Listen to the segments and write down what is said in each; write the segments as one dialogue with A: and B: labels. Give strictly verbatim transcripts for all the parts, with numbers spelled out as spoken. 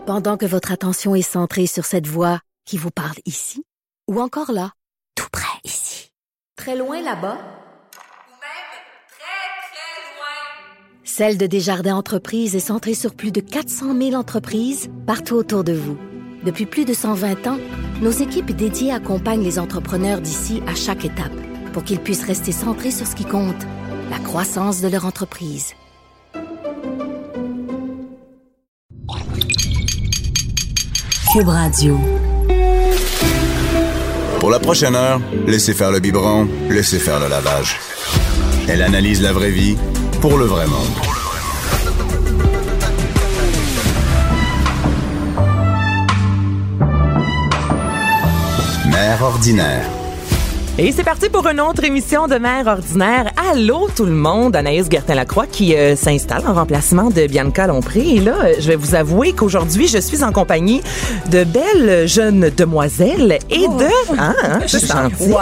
A: Pendant que votre attention est centrée sur cette voix qui vous parle ici, ou encore là, tout près ici, très loin là-bas, ou même très, très loin, Celle de Desjardins Entreprises est centrée sur plus de quatre cent mille entreprises partout autour de vous. Depuis plus de cent vingt ans, nos équipes dédiées accompagnent les entrepreneurs d'ici à chaque étape pour qu'ils puissent rester centrés sur ce qui compte, la croissance de leur entreprise.
B: Cube Radio.
C: Pour la prochaine heure, laissez faire le biberon, laissez faire le lavage. Elle analyse la vraie vie pour le vrai monde. Mère ordinaire.
D: Et c'est parti pour une autre émission de Mère ordinaire. Allô tout le monde, Anaïs Gertin-Lacroix qui euh, s'installe en remplacement de Bianca Lompré. Et là, je vais vous avouer qu'aujourd'hui, je suis en compagnie de belles jeunes demoiselles et oh. de... Hein, hein, je sens wow.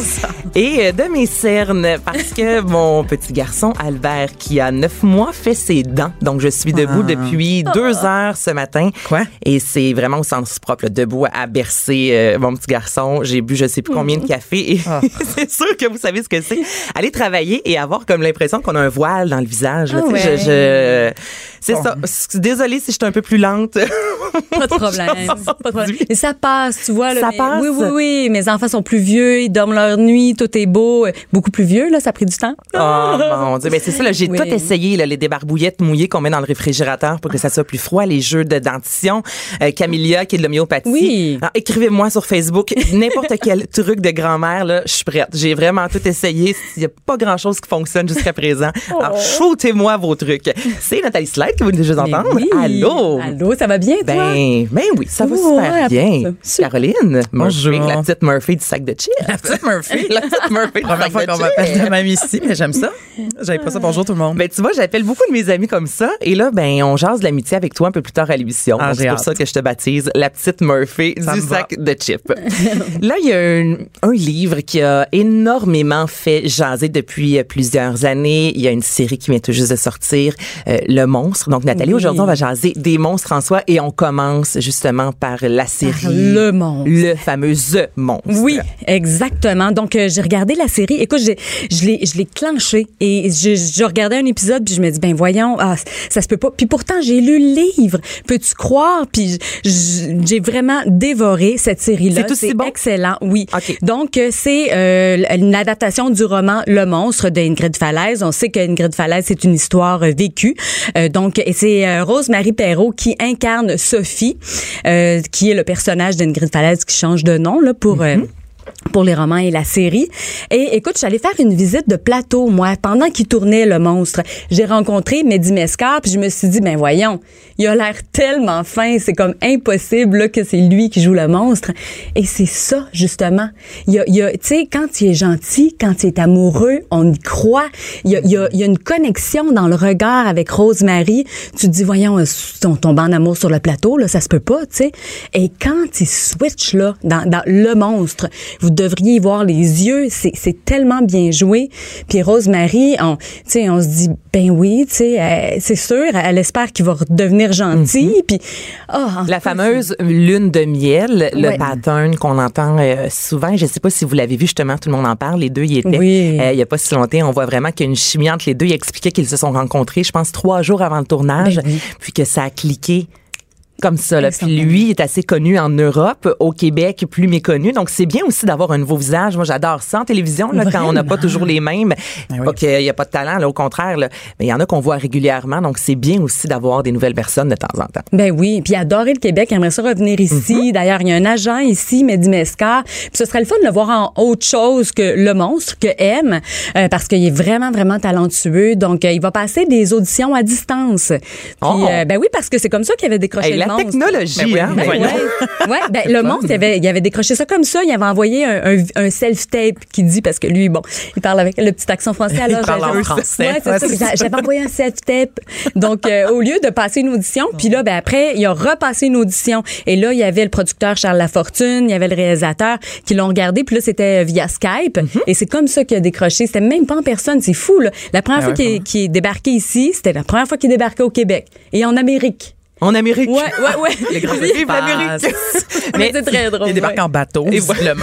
D: Et de mes cernes, parce que mon petit garçon Albert, qui a neuf mois, fait ses dents. Donc, je suis debout ah. depuis deux heures ce matin. Quoi? Et c'est vraiment au sens propre, là, debout à bercer euh, mon petit garçon. J'ai bu je sais plus combien de café et oh. c'est sûr que vous savez ce que c'est. Aller travailler et avoir comme l'impression qu'on a un voile dans le visage. Là, ah ouais. je, je... C'est bon. ça. Désolée si je suis un peu plus lente.
E: Pas de problème. Pas de problème. Et ça passe, tu vois. Là,
D: ça
E: mais,
D: passe?
E: Oui, oui, oui. Mes enfants sont plus vieux, ils dorment leur nuit, tout est beau. Beaucoup plus vieux, là, ça a pris du temps.
D: Oh mon Dieu, mais c'est ça, là, j'ai oui. tout essayé, là, les débarbouillettes mouillées qu'on met dans le réfrigérateur pour que ça soit plus froid, les jeux de dentition, euh, Camélia qui est de l'homéopathie.
E: Oui.
D: Alors, écrivez-moi sur Facebook, n'importe quel truc de grand-mère, là, je suis prête. J'ai vraiment tout essayé. Il n'y a pas grand-chose qui fonctionne jusqu'à présent. Oh. Alors, shootez-moi vos trucs. C'est Nathalie Slide que vous venez déjà entendre.
E: Oui.
D: Allô?
E: Allô, ça va bien, toi?
D: Ben, ben oui, ça va
E: oh,
D: super ouais, bien. Ça. Caroline,
F: bonjour.
D: Murphy, la petite Murphy du sac de chips.
F: La petite Murphy?
D: La petite Murphy du
F: Première fois qu'on m'appelle de même ici, mais j'aime ça. J'avais pas ça. Bonjour tout le monde.
D: Ben, tu vois, j'appelle beaucoup de mes amis comme ça. Et là, ben, on jase de l'amitié avec toi un peu plus tard à l'émission. Ah, c'est pour hâte. ça que je te baptise la petite Murphy ça du sac va. de chips. Là, il y a un, un livre qui a énormément fait jaser depuis plusieurs années. Il y a une série qui vient tout juste de sortir, euh, Le Monstre. Donc, Nathalie, oui. aujourd'hui, on va jaser des monstres en soi et on commence justement par la série.
E: Par Le Monstre.
D: Le fameux The Monstre.
E: Oui, exactement. Donc, euh, j'ai regardé la série. Écoute, j'ai, je l'ai, je l'ai clenché et je, je regardais un épisode puis je me dis, ben voyons, ah, ça se peut pas. Puis pourtant, j'ai lu le livre. Peux-tu croire? Puis j'ai vraiment dévoré cette série-là.
D: C'est aussi
E: c'est
D: bon?
E: excellent, oui.
D: Okay.
E: Donc, c'est euh, une adaptation du roman Le Monstre d'Ingrid Falaise. On sait qu'Ingrid Falaise, c'est une histoire euh, vécue. Euh, donc, et c'est euh, Rose-Marie Perrault qui incarne Sophie, euh, qui est le personnage d'Ingrid Falaise qui change de nom là pour... Mm-hmm. Euh, pour les romans et la série. Et écoute, je suis allée faire une visite de plateau, moi, pendant qu'il tournait Le Monstre. J'ai rencontré Mehdi Mescar, puis je me suis dit, ben voyons, il a l'air tellement fin, c'est comme impossible là, que c'est lui qui joue le monstre. Et c'est ça, justement. Il y a, il y a, tu sais, quand il est gentil, quand il est amoureux, on y croit. Il y a, il y a, il y a une connexion dans le regard avec Rose-Marie. Tu te dis, voyons, on tombe en amour sur le plateau, là, ça se peut pas, tu sais. Et quand il switch, là, dans, dans Le Monstre, vous devriez y voir les yeux, c'est, c'est tellement bien joué. Puis Rose-Marie, on, tu sais, on se dit, ben oui, tu sais, euh, c'est sûr, elle espère qu'il va redevenir gentil. Mm-hmm. Puis, oh,
D: la fameuse lune de miel, le
E: ouais.
D: pattern qu'on entend euh, souvent. Je sais pas si vous l'avez vu, justement, tout le monde en parle. Les deux y étaient.
E: Oui.
D: Euh, il y a pas si longtemps, on voit vraiment qu'il y a une chimie entre les deux. Il expliquait qu'ils se sont rencontrés, je pense, trois jours avant le tournage, ben oui. puis que ça a cliqué. Comme ça, là. Puis lui est assez connu en Europe, au Québec, plus méconnu. Donc, c'est bien aussi d'avoir un nouveau visage. Moi, j'adore ça en télévision, là, quand on n'a pas toujours les mêmes. Ben pas oui. qu'il n'y a pas de talent, là, au contraire, là. Mais il y en a qu'on voit régulièrement. Donc, c'est bien aussi d'avoir des nouvelles personnes de temps en temps.
E: Ben oui. Puis, adorer le Québec. Il aimerait ça revenir ici. Mm-hmm. D'ailleurs, il y a un agent ici, Mehdi Mescar. Puis, ce serait le fun de le voir en autre chose que Le Monstre, que M, euh, parce qu'il est vraiment, vraiment talentueux. Donc, euh, il va passer des auditions à distance. Puis, oh. euh, ben oui, parce que c'est comme ça qu'il avait décroché hey, le
D: La technologie,
E: ben,
D: hein?
E: Ben, ouais, ouais, ben, le monstre, il avait, il avait décroché ça comme ça. Il avait envoyé un, un, un self-tape qui dit, parce que lui, bon, il parle avec le petit accent français. Alors,
D: il parle en français.
E: Ouais, c'est ouais, ça. C'est ça. J'avais envoyé un self-tape. Donc, euh, au lieu de passer une audition, puis là, ben, après, il a repassé une audition. Et là, il y avait le producteur Charles Lafortune, il y avait le réalisateur qui l'ont regardé, puis là, c'était via Skype. Mm-hmm. Et c'est comme ça qu'il a décroché. C'était même pas en personne. C'est fou, là. La première ben fois ouais, qu'il, est, qu'il est débarqué ici, c'était la première fois qu'il débarquait au Québec et en Amérique.
D: En Amérique.
E: Ouais, ouais, ouais.
F: Les grands
D: Vive
F: espaces.
D: l'Amérique.
E: Mais c'est très drôle.
F: Il débarque
E: ouais.
F: en bateau, visiblement.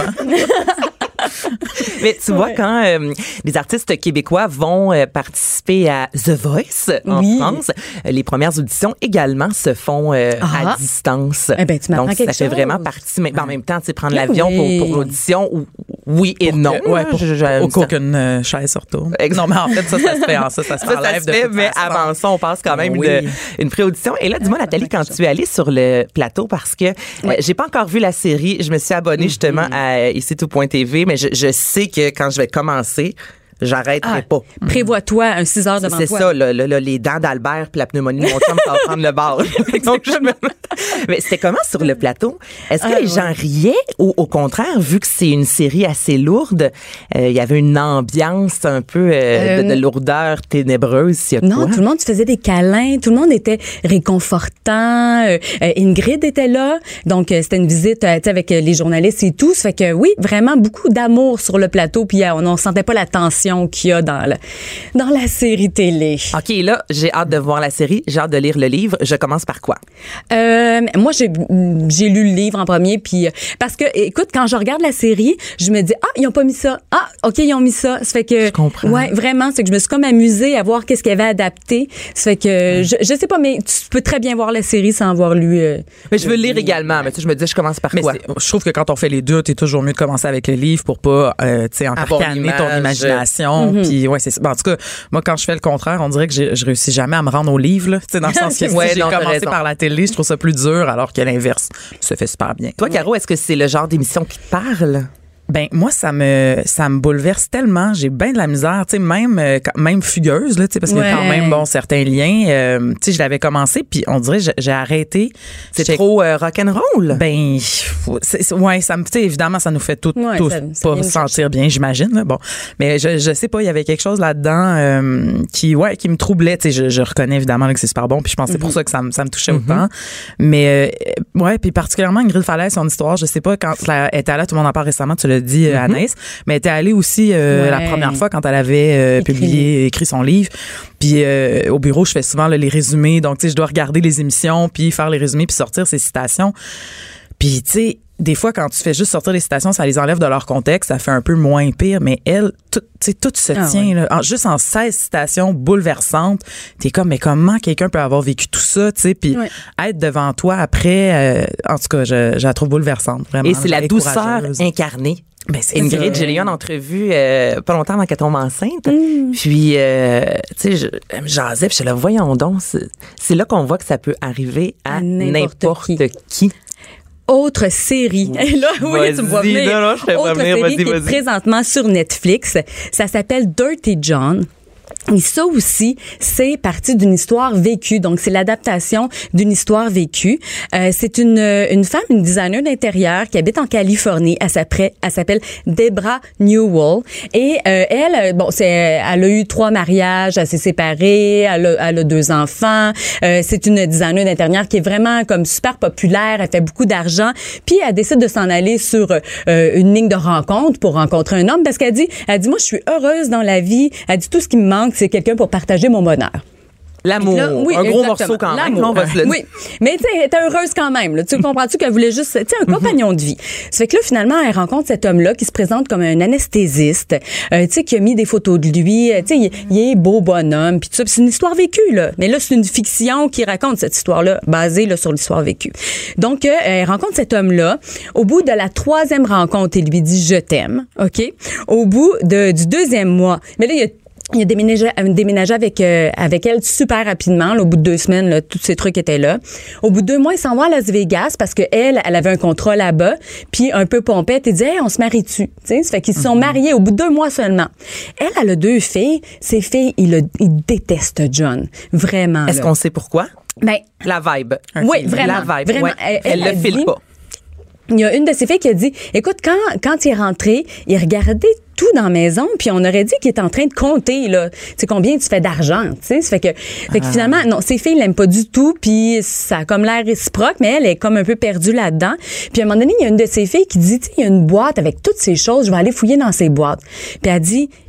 D: Mais tu vois,
E: Ouais.
D: quand euh, les artistes québécois vont euh, participer à The Voice en
E: Oui.
D: France, euh, les premières auditions également se font euh,
E: Ah.
D: à distance.
E: Eh ben, tu m'apprends
D: Donc, ça
E: quelque
D: fait
E: chose.
D: vraiment partie. Mais en même temps, tu sais, prendre
E: Ben
D: l'avion
E: oui.
D: pour, pour l'audition, ou- oui et non.
F: Euh, ouais,
D: là,
F: pour,
D: je- je-
F: au qu'aucune euh, chaise se retourne.
D: Exact.
F: Non, mais en fait, ça, ça se fait. hein, Ça, ça se
D: Ça, ça
F: enlève
D: se
F: de
D: fait,
F: toute
D: mais
F: façon.
D: avant ça, on passe quand même
F: Oui.
D: une, une pré-audition. Et là, dis-moi, Nathalie, quand tu es allée sur le plateau, parce que euh, j'ai pas encore vu la série, je me suis abonnée justement à ici tout point t v, mais je, je sais que quand je vais commencer, j'arrêterai
E: Ah,
D: pas.
E: Prévois-toi un six heures devant
D: C'est
E: toi.
D: ça, là, là, là, les dents d'Albert puis la pneumonie de mon chum, ça va prendre le bar. Donc, je me... Mais c'était comment sur le plateau? Est-ce que
E: Ah,
D: les gens riaient ou au contraire, vu que c'est une série assez lourde, euh, il y avait une ambiance un peu euh, de, de lourdeur ténébreuse? s'il y a
E: Non,
D: quoi?
E: tout le monde se faisait des câlins, tout le monde était réconfortant. Euh, euh, Ingrid était là, donc euh, c'était une visite euh, tu sais, avec euh, les journalistes et tout. Ça fait que oui, vraiment beaucoup d'amour sur le plateau, puis euh, on ne sentait pas la tension qu'il y a dans, le, dans la série télé.
D: OK, là, j'ai hâte de voir la série, j'ai hâte de lire le livre. Je commence par quoi?
E: Euh, moi, j'ai j'ai lu le livre en premier, puis euh, parce que, écoute, quand je regarde la série, je me dis, ah, ils ont pas mis ça. Ah, OK, ils ont mis ça. Ça fait que...
D: Je comprends.
E: Ouais, vraiment, c'est que je me suis comme amusée à voir qu'est-ce qu'il y avait adapté. Ça fait que, je, je sais pas, mais tu peux très bien voir la série sans avoir lu... euh,
D: Mais je veux le lire également, mais tu sais, je me dis, je commence par
F: Mais
D: quoi?
F: c'est- je trouve que quand on fait les deux, t'es toujours mieux de commencer avec le livre pour pas, euh, tu sais,
D: Avoir
F: encarner ton
D: l'image.
F: imagination. Puis ouais, c'est ça. Ben, en tout cas, moi, quand je fais le contraire, on dirait que j'ai- je réussis jamais à me rendre au livre, là. Tu sais, dans le sens que si
D: Ouais,
F: j'ai
D: non, t'as
F: commencé
D: raison.
F: par la télé, je trouve ça plus dur, alors que l'inverse se fait super bien.
D: Toi, Caro, est-ce que c'est le genre d'émission qui te parle?
F: Ben moi ça me ça me bouleverse tellement, j'ai bien de la misère, tu sais même euh, quand- même fugueuse là, tu sais parce qu'il y a quand
E: Ouais.
F: même bon certains liens, euh, tu sais je l'avais commencé puis on dirait j'ai j'ai arrêté.
D: C'est
F: J'étais-
D: trop euh, rock'n'roll?
F: Ben c'est, c'est- ouais, ça me tu sais évidemment ça nous fait tout,
E: Ouais,
F: tous
E: ça- ça
F: pas
E: vient
F: se
E: nous
F: sentir bien, j'imagine là. Bon, mais je je sais pas, il y avait quelque chose là-dedans euh, qui ouais, qui me troublait, tu sais je, je reconnais évidemment là, que c'est super bon puis je pense que c'est pour ça que ça me ça me touchait autant. Mais euh, ouais, puis particulièrement Ingrid Falaise son histoire, je sais pas quand elle était là, tout le monde en parle récemment, tu l'as dit euh, Anaïs, mais elle était allée aussi euh,
E: Ouais.
F: la première fois quand elle avait euh,
E: Écrit.
F: publié écrit son livre. Puis euh, au bureau, je fais souvent là, les résumés, donc tu sais je dois regarder les émissions puis faire les résumés puis sortir ces citations. Puis tu sais des fois, quand tu fais juste sortir les citations, ça les enlève de leur contexte, ça fait un peu moins pire, mais elle, tout, tu sais, tout se
E: Ah
F: tient,
E: ouais.
F: là, en- juste en seize citations bouleversantes. T'es comme, mais comment quelqu'un peut avoir vécu tout ça, tu sais, puis
E: Ouais.
F: être devant toi après, euh, en tout cas, je, je la trouve bouleversante, vraiment.
D: Et c'est la
F: Elle est
D: douceur
F: courageuse.
D: incarnée.
F: Ben, c'est
D: Ingrid,
F: ça.
D: j'ai eu une entrevue euh, pas longtemps avant qu'elle tombe enceinte.
E: Mm.
D: Puis, euh, tu sais, je- elle me jasait, puis je suis là, voyons donc, c'est c'est là qu'on voit que ça peut arriver à
E: À n'importe
D: n'importe
E: qui.
D: qui.
E: Autre série. Et là, oui, tu me vois
D: Vas-y,
E: venir.
D: non, non, je te vois
E: Autre
D: venir,
E: série
D: vas-y,
E: qui est
D: vas-y.
E: présentement sur Netflix. Ça s'appelle Dirty John. Et ça aussi, c'est parti d'une histoire vécue. Donc, c'est l'adaptation d'une histoire vécue. Euh, c'est une, une femme, une designer d'intérieur qui habite en Californie. Elle s'appelle, elle s'appelle Debra Newell. Et euh, elle, bon, c'est, elle a eu trois mariages, elle s'est séparée, elle a, elle a deux enfants. Euh, c'est une designer d'intérieur qui est vraiment comme super populaire. Elle fait beaucoup d'argent. Puis, elle décide de s'en aller sur euh, une ligne de rencontre pour rencontrer un homme parce qu'elle dit, elle dit, moi, je suis heureuse dans la vie. Elle dit, tout ce qui me manque, c'est quelqu'un pour partager mon bonheur.
D: L'amour.
E: Là, oui,
D: un gros
E: exactement.
D: morceau quand même,
E: L'amour.
D: là, on va se le dire.
E: Oui, mais tu sais, elle était heureuse quand même. Là. Tu comprends-tu qu'elle voulait juste, tu sais, un compagnon de vie. Ça fait que là, finalement, elle rencontre cet homme-là qui se présente comme un anesthésiste, euh, tu sais, qui a mis des photos de lui. euh, Tu sais, il, il est beau bonhomme, puis tout ça. Puis c'est une histoire vécue, là. Mais là, c'est une fiction qui raconte cette histoire-là, basée là, sur l'histoire vécue. Donc, euh, elle rencontre cet homme-là. Au bout de la troisième rencontre, il lui dit « Je t'aime », OK? Au bout de, du deuxième mois, mais là, il y a Il a déménagé, déménagé avec euh, avec elle super rapidement. Là, au bout de deux semaines, là, tous ces trucs étaient là. Au bout de deux mois, ils s'en vont à Las Vegas parce que elle, elle avait un contrat là-bas. Puis un peu pompette, elle dit hey, on se marie-tu. Tu sais, ça fait qu'ils se sont mariés au bout de deux mois seulement. Elle, elle a deux filles. Ces filles, ils, le, ils détestent John, vraiment.
D: Est-ce
E: là.
D: qu'on sait pourquoi?
E: Ben,
D: La vibe.
E: oui, vraiment,
D: La vibe,
E: vraiment.
D: ouais.
E: Elle-
D: Elle,
E: elle a
D: le file
E: dit-
D: pas.
E: il y a une de ses filles qui a dit, écoute, quand, quand il est rentré, il regardait tout dans la maison, puis on aurait dit qu'il est en train de compter, là. Tu sais, combien tu fais d'argent, tu sais. Ça fait que, fait que finalement, non, ses filles l'aiment pas du tout, puis ça a comme l'air réciproque, mais elle est comme un peu perdue là-dedans. Puis à un moment donné, il y a une de ses filles qui dit, tu sais, il y a une boîte avec toutes ces choses, je vais aller fouiller dans ces boîtes. Puis elle dit,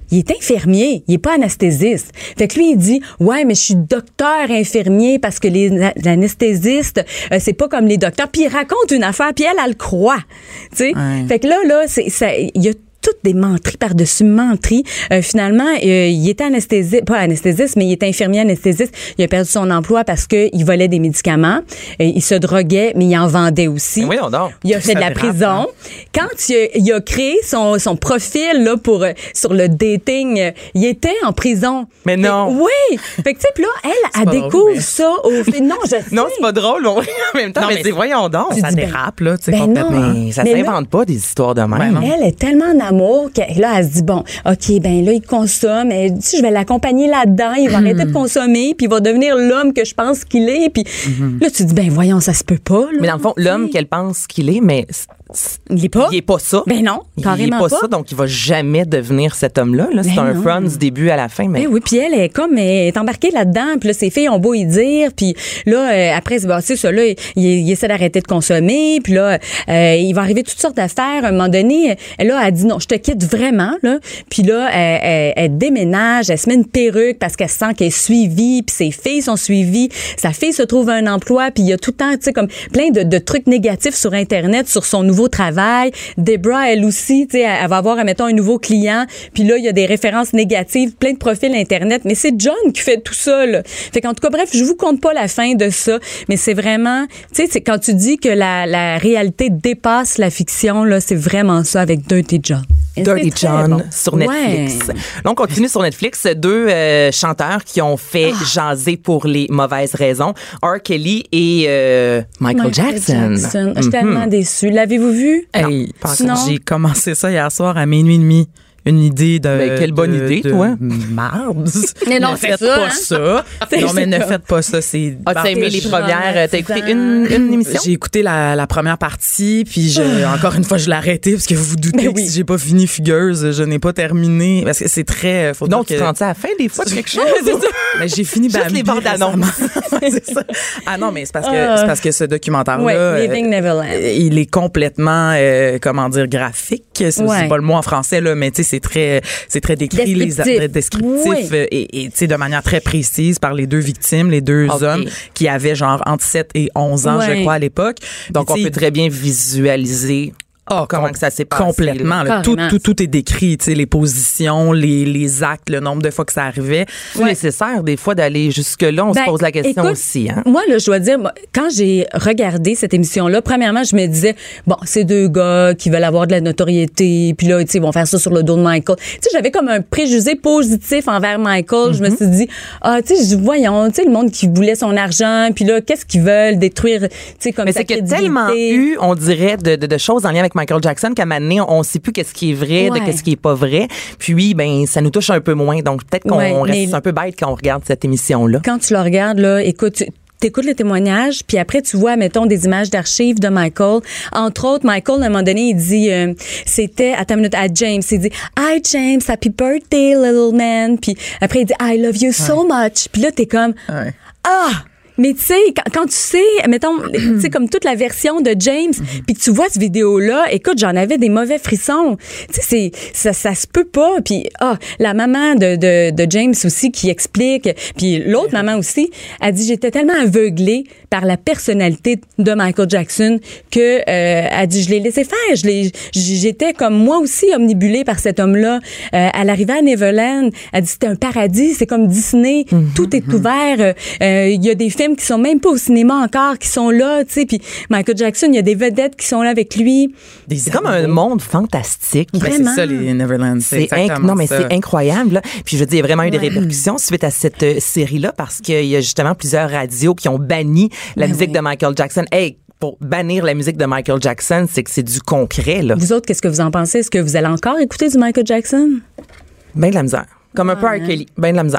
E: il est infirmier, il est pas anesthésiste. Fait que lui, il dit, ouais, mais je suis docteur infirmier parce que les anesthésistes, euh, c'est pas comme les docteurs. Puis il raconte une affaire, puis elle, elle le croit. Tu sais? Ouais. Fait que là, là, c'est, ça, il y a toutes des menteries par-dessus menteries. Euh, finalement, euh, il était anesthésiste, pas anesthésiste, mais il était infirmier anesthésiste. Il a perdu son emploi parce qu'il volait des médicaments. Euh, il se droguait, mais il en vendait aussi.
D: Oui, on dort.
E: Il a fait de la prison. Quand il a, il a créé son, son profil là, pour, euh, sur le dating, euh, il était en prison.
D: Mais non.
E: Fait, oui. Fait que, tu sais, puis là, elle, elle découvre drôle, mais... ça au fait. Non, je sais.
D: Non, c'est pas drôle. Mais en même temps, non, mais, mais c'est, voyons donc. Ça dérape, là, tu sais,
E: ben
D: complètement.
E: Non.
D: Mais ça
E: mais
D: s'invente là, pas des histoires de même.
E: Ben elle est tellement en amour que là, elle se dit, bon, OK, ben là, il consomme. Elle dit, je vais l'accompagner là-dedans. Il va mm. arrêter de consommer, puis il va devenir l'homme que je pense qu'il est. Puis mm-hmm. là, tu dis, ben voyons, ça se peut pas. Là.
D: Mais dans le fond, l'homme qu'elle pense qu'il est, mais...
E: Il est pas.
D: Il est pas ça.
E: Ben non, carrément
D: il est pas,
E: pas
D: ça, donc il va jamais devenir cet homme-là. Là. C'est ben un non. front du début à la fin. Mais
E: ben oui, puis elle est comme elle est embarquée là-dedans. Puis là, ses filles ont beau y dire. Puis là, euh, après, c'est bah, ça, là, il, il essaie d'arrêter de consommer. Puis là, euh, il va arriver toutes sortes d'affaires. À un moment donné, elle a dit non, je te quitte vraiment. Là. Puis là, elle, elle, elle déménage, elle se met une perruque parce qu'elle sent qu'elle est suivie. Puis ses filles sont suivies. Sa fille se trouve un emploi. Puis il y a tout le temps, tu sais, comme plein de, de trucs négatifs sur Internet, sur son nouveau travail. Debra, elle aussi, tu sais, elle va avoir, admettons, un nouveau client. Puis là, il y a des références négatives, plein de profils Internet. Mais c'est John qui fait tout ça, là. Fait qu'en tout cas, bref, je vous compte pas la fin de ça. Mais c'est vraiment, tu sais, c'est quand tu dis que la, la réalité dépasse la fiction, là, c'est vraiment ça avec Dirty John.
D: Et Dirty John bon. Sur Netflix. Ouais. Là, on continue sur Netflix. Deux euh, chanteurs qui ont fait oh. jaser pour les mauvaises raisons. R. Kelly et euh, Michael, Michael Jackson.
E: Jackson. Je suis mm-hmm. tellement déçue. L'avez-vous vu?
F: Hey, non. J'ai commencé ça hier soir à minuit et demi. Une idée de...
D: Ben, quelle bonne
F: de,
D: idée,
F: de
D: toi.
E: Marde. Mais non,
F: ne
E: c'est
F: faites
E: ça,
F: pas
E: hein?
F: ça. Non, mais ne faites pas ça. C'est
D: ah, t'as aimé les premières... T'as écouté une, une émission?
F: J'ai écouté la, la première partie, puis je, encore une fois, je l'ai arrêté, parce que vous vous doutez ben oui. que si j'ai pas fini Fugueuse, je n'ai pas terminé. Parce que c'est très... Faut
D: Donc, tu
F: que...
D: te rends à la fin, des fois, de quelque chose?
F: Mais j'ai fini
D: Juste les bandes annonces.
F: C'est ça. Ah non, mais c'est parce que, uh, c'est parce que ce documentaire-là...
E: Ouais, Living Neverland.
F: Euh, il est complètement, euh, comment dire, graphique. C'est, ouais. c'est pas le mot en français, là, mais tu sais, c'est très... C'est très décrit,
E: descriptif.
F: les descriptifs oui. et, et tu sais de manière très précise par les deux victimes, les deux okay. hommes qui avaient genre entre sept et onze ans, ouais. je crois, à l'époque.
D: Donc, on peut très bien visualiser
F: Oh, comment
D: com-
F: que ça s'est passé. Complètement. Là, tout, tout, tout est décrit, tu sais, les positions, les, les actes, le nombre de fois que ça arrivait.
D: C'est ouais. nécessaire, des fois, d'aller jusque-là. On ben, se pose la question
E: écoute,
D: aussi. Hein?
E: Moi, là, je dois dire, quand j'ai regardé cette émission-là, premièrement, je me disais, bon, c'est deux gars qui veulent avoir de la notoriété, puis là, tu sais, ils vont faire ça sur le dos de Michael. Tu sais, j'avais comme un préjugé positif envers Michael. Mm-hmm. Je me suis dit, ah, tu sais, voyons, tu sais, le monde qui voulait son argent, puis là, qu'est-ce qu'ils veulent détruire, tu sais, comme
D: mais
E: sa
D: c'est qu'il y a
E: crédibilité.
D: tellement eu, on dirait, de, de, de choses en lien avec Michael Jackson qu'à un moment donné, on ne sait plus qu'est-ce qui est vrai, ouais. de qu'est-ce qui est pas vrai. Puis, ben, ça nous touche un peu moins. Donc, peut-être qu'on ouais, reste un peu bête quand on regarde cette émission-là.
E: Quand tu la regardes, là, écoute, tu t'écoutes les témoignages, puis après, tu vois, mettons, des images d'archives de Michael. Entre autres, Michael, à un moment donné, il dit, euh, c'était, attends une minute, à James, il dit, Hi, James, happy birthday, little man. Puis après, il dit, I love you so ouais. much. Puis là, t'es comme, ouais. ah! Mais tu sais, quand, quand tu sais, mettons, tu sais, comme toute la version de James, mm-hmm. puis que tu vois cette vidéo-là, écoute, j'en avais des mauvais frissons. Tu sais, c'est, ça, ça se peut pas. Puis, ah, la maman de, de, de James aussi qui explique, puis l'autre maman aussi, a dit, j'étais tellement aveuglée par la personnalité de Michael Jackson que, euh, a dit, je l'ai laissé faire. Je l'ai, j'étais comme moi aussi omnibulée par cet homme-là. Euh, à l'arrivée à Neverland, elle dit, c'était un paradis, c'est comme Disney, mm-hmm. tout est ouvert. Euh, il y a des films qui sont même pas au cinéma encore, qui sont là, tu sais, puis Michael Jackson, il y a des vedettes qui sont là avec lui.
D: Des c'est comme un monde fantastique.
F: Ben, c'est ça, les Neverland. C'est, c'est
D: inc- non, mais
F: ça.
D: C'est incroyable, là. Puis je veux dire, il y a vraiment eu des ouais. répercussions suite à cette euh, série-là, parce qu'il y a justement plusieurs radios qui ont banni la ben musique oui. de Michael Jackson. Hey, pour bannir la musique de Michael Jackson, c'est que c'est du concret, là.
E: Vous autres, qu'est-ce que vous en pensez? Est-ce que vous allez encore écouter du Michael Jackson?
D: Ben de la misère. Comme un ah, peu R. Kelly. Ben de la misère.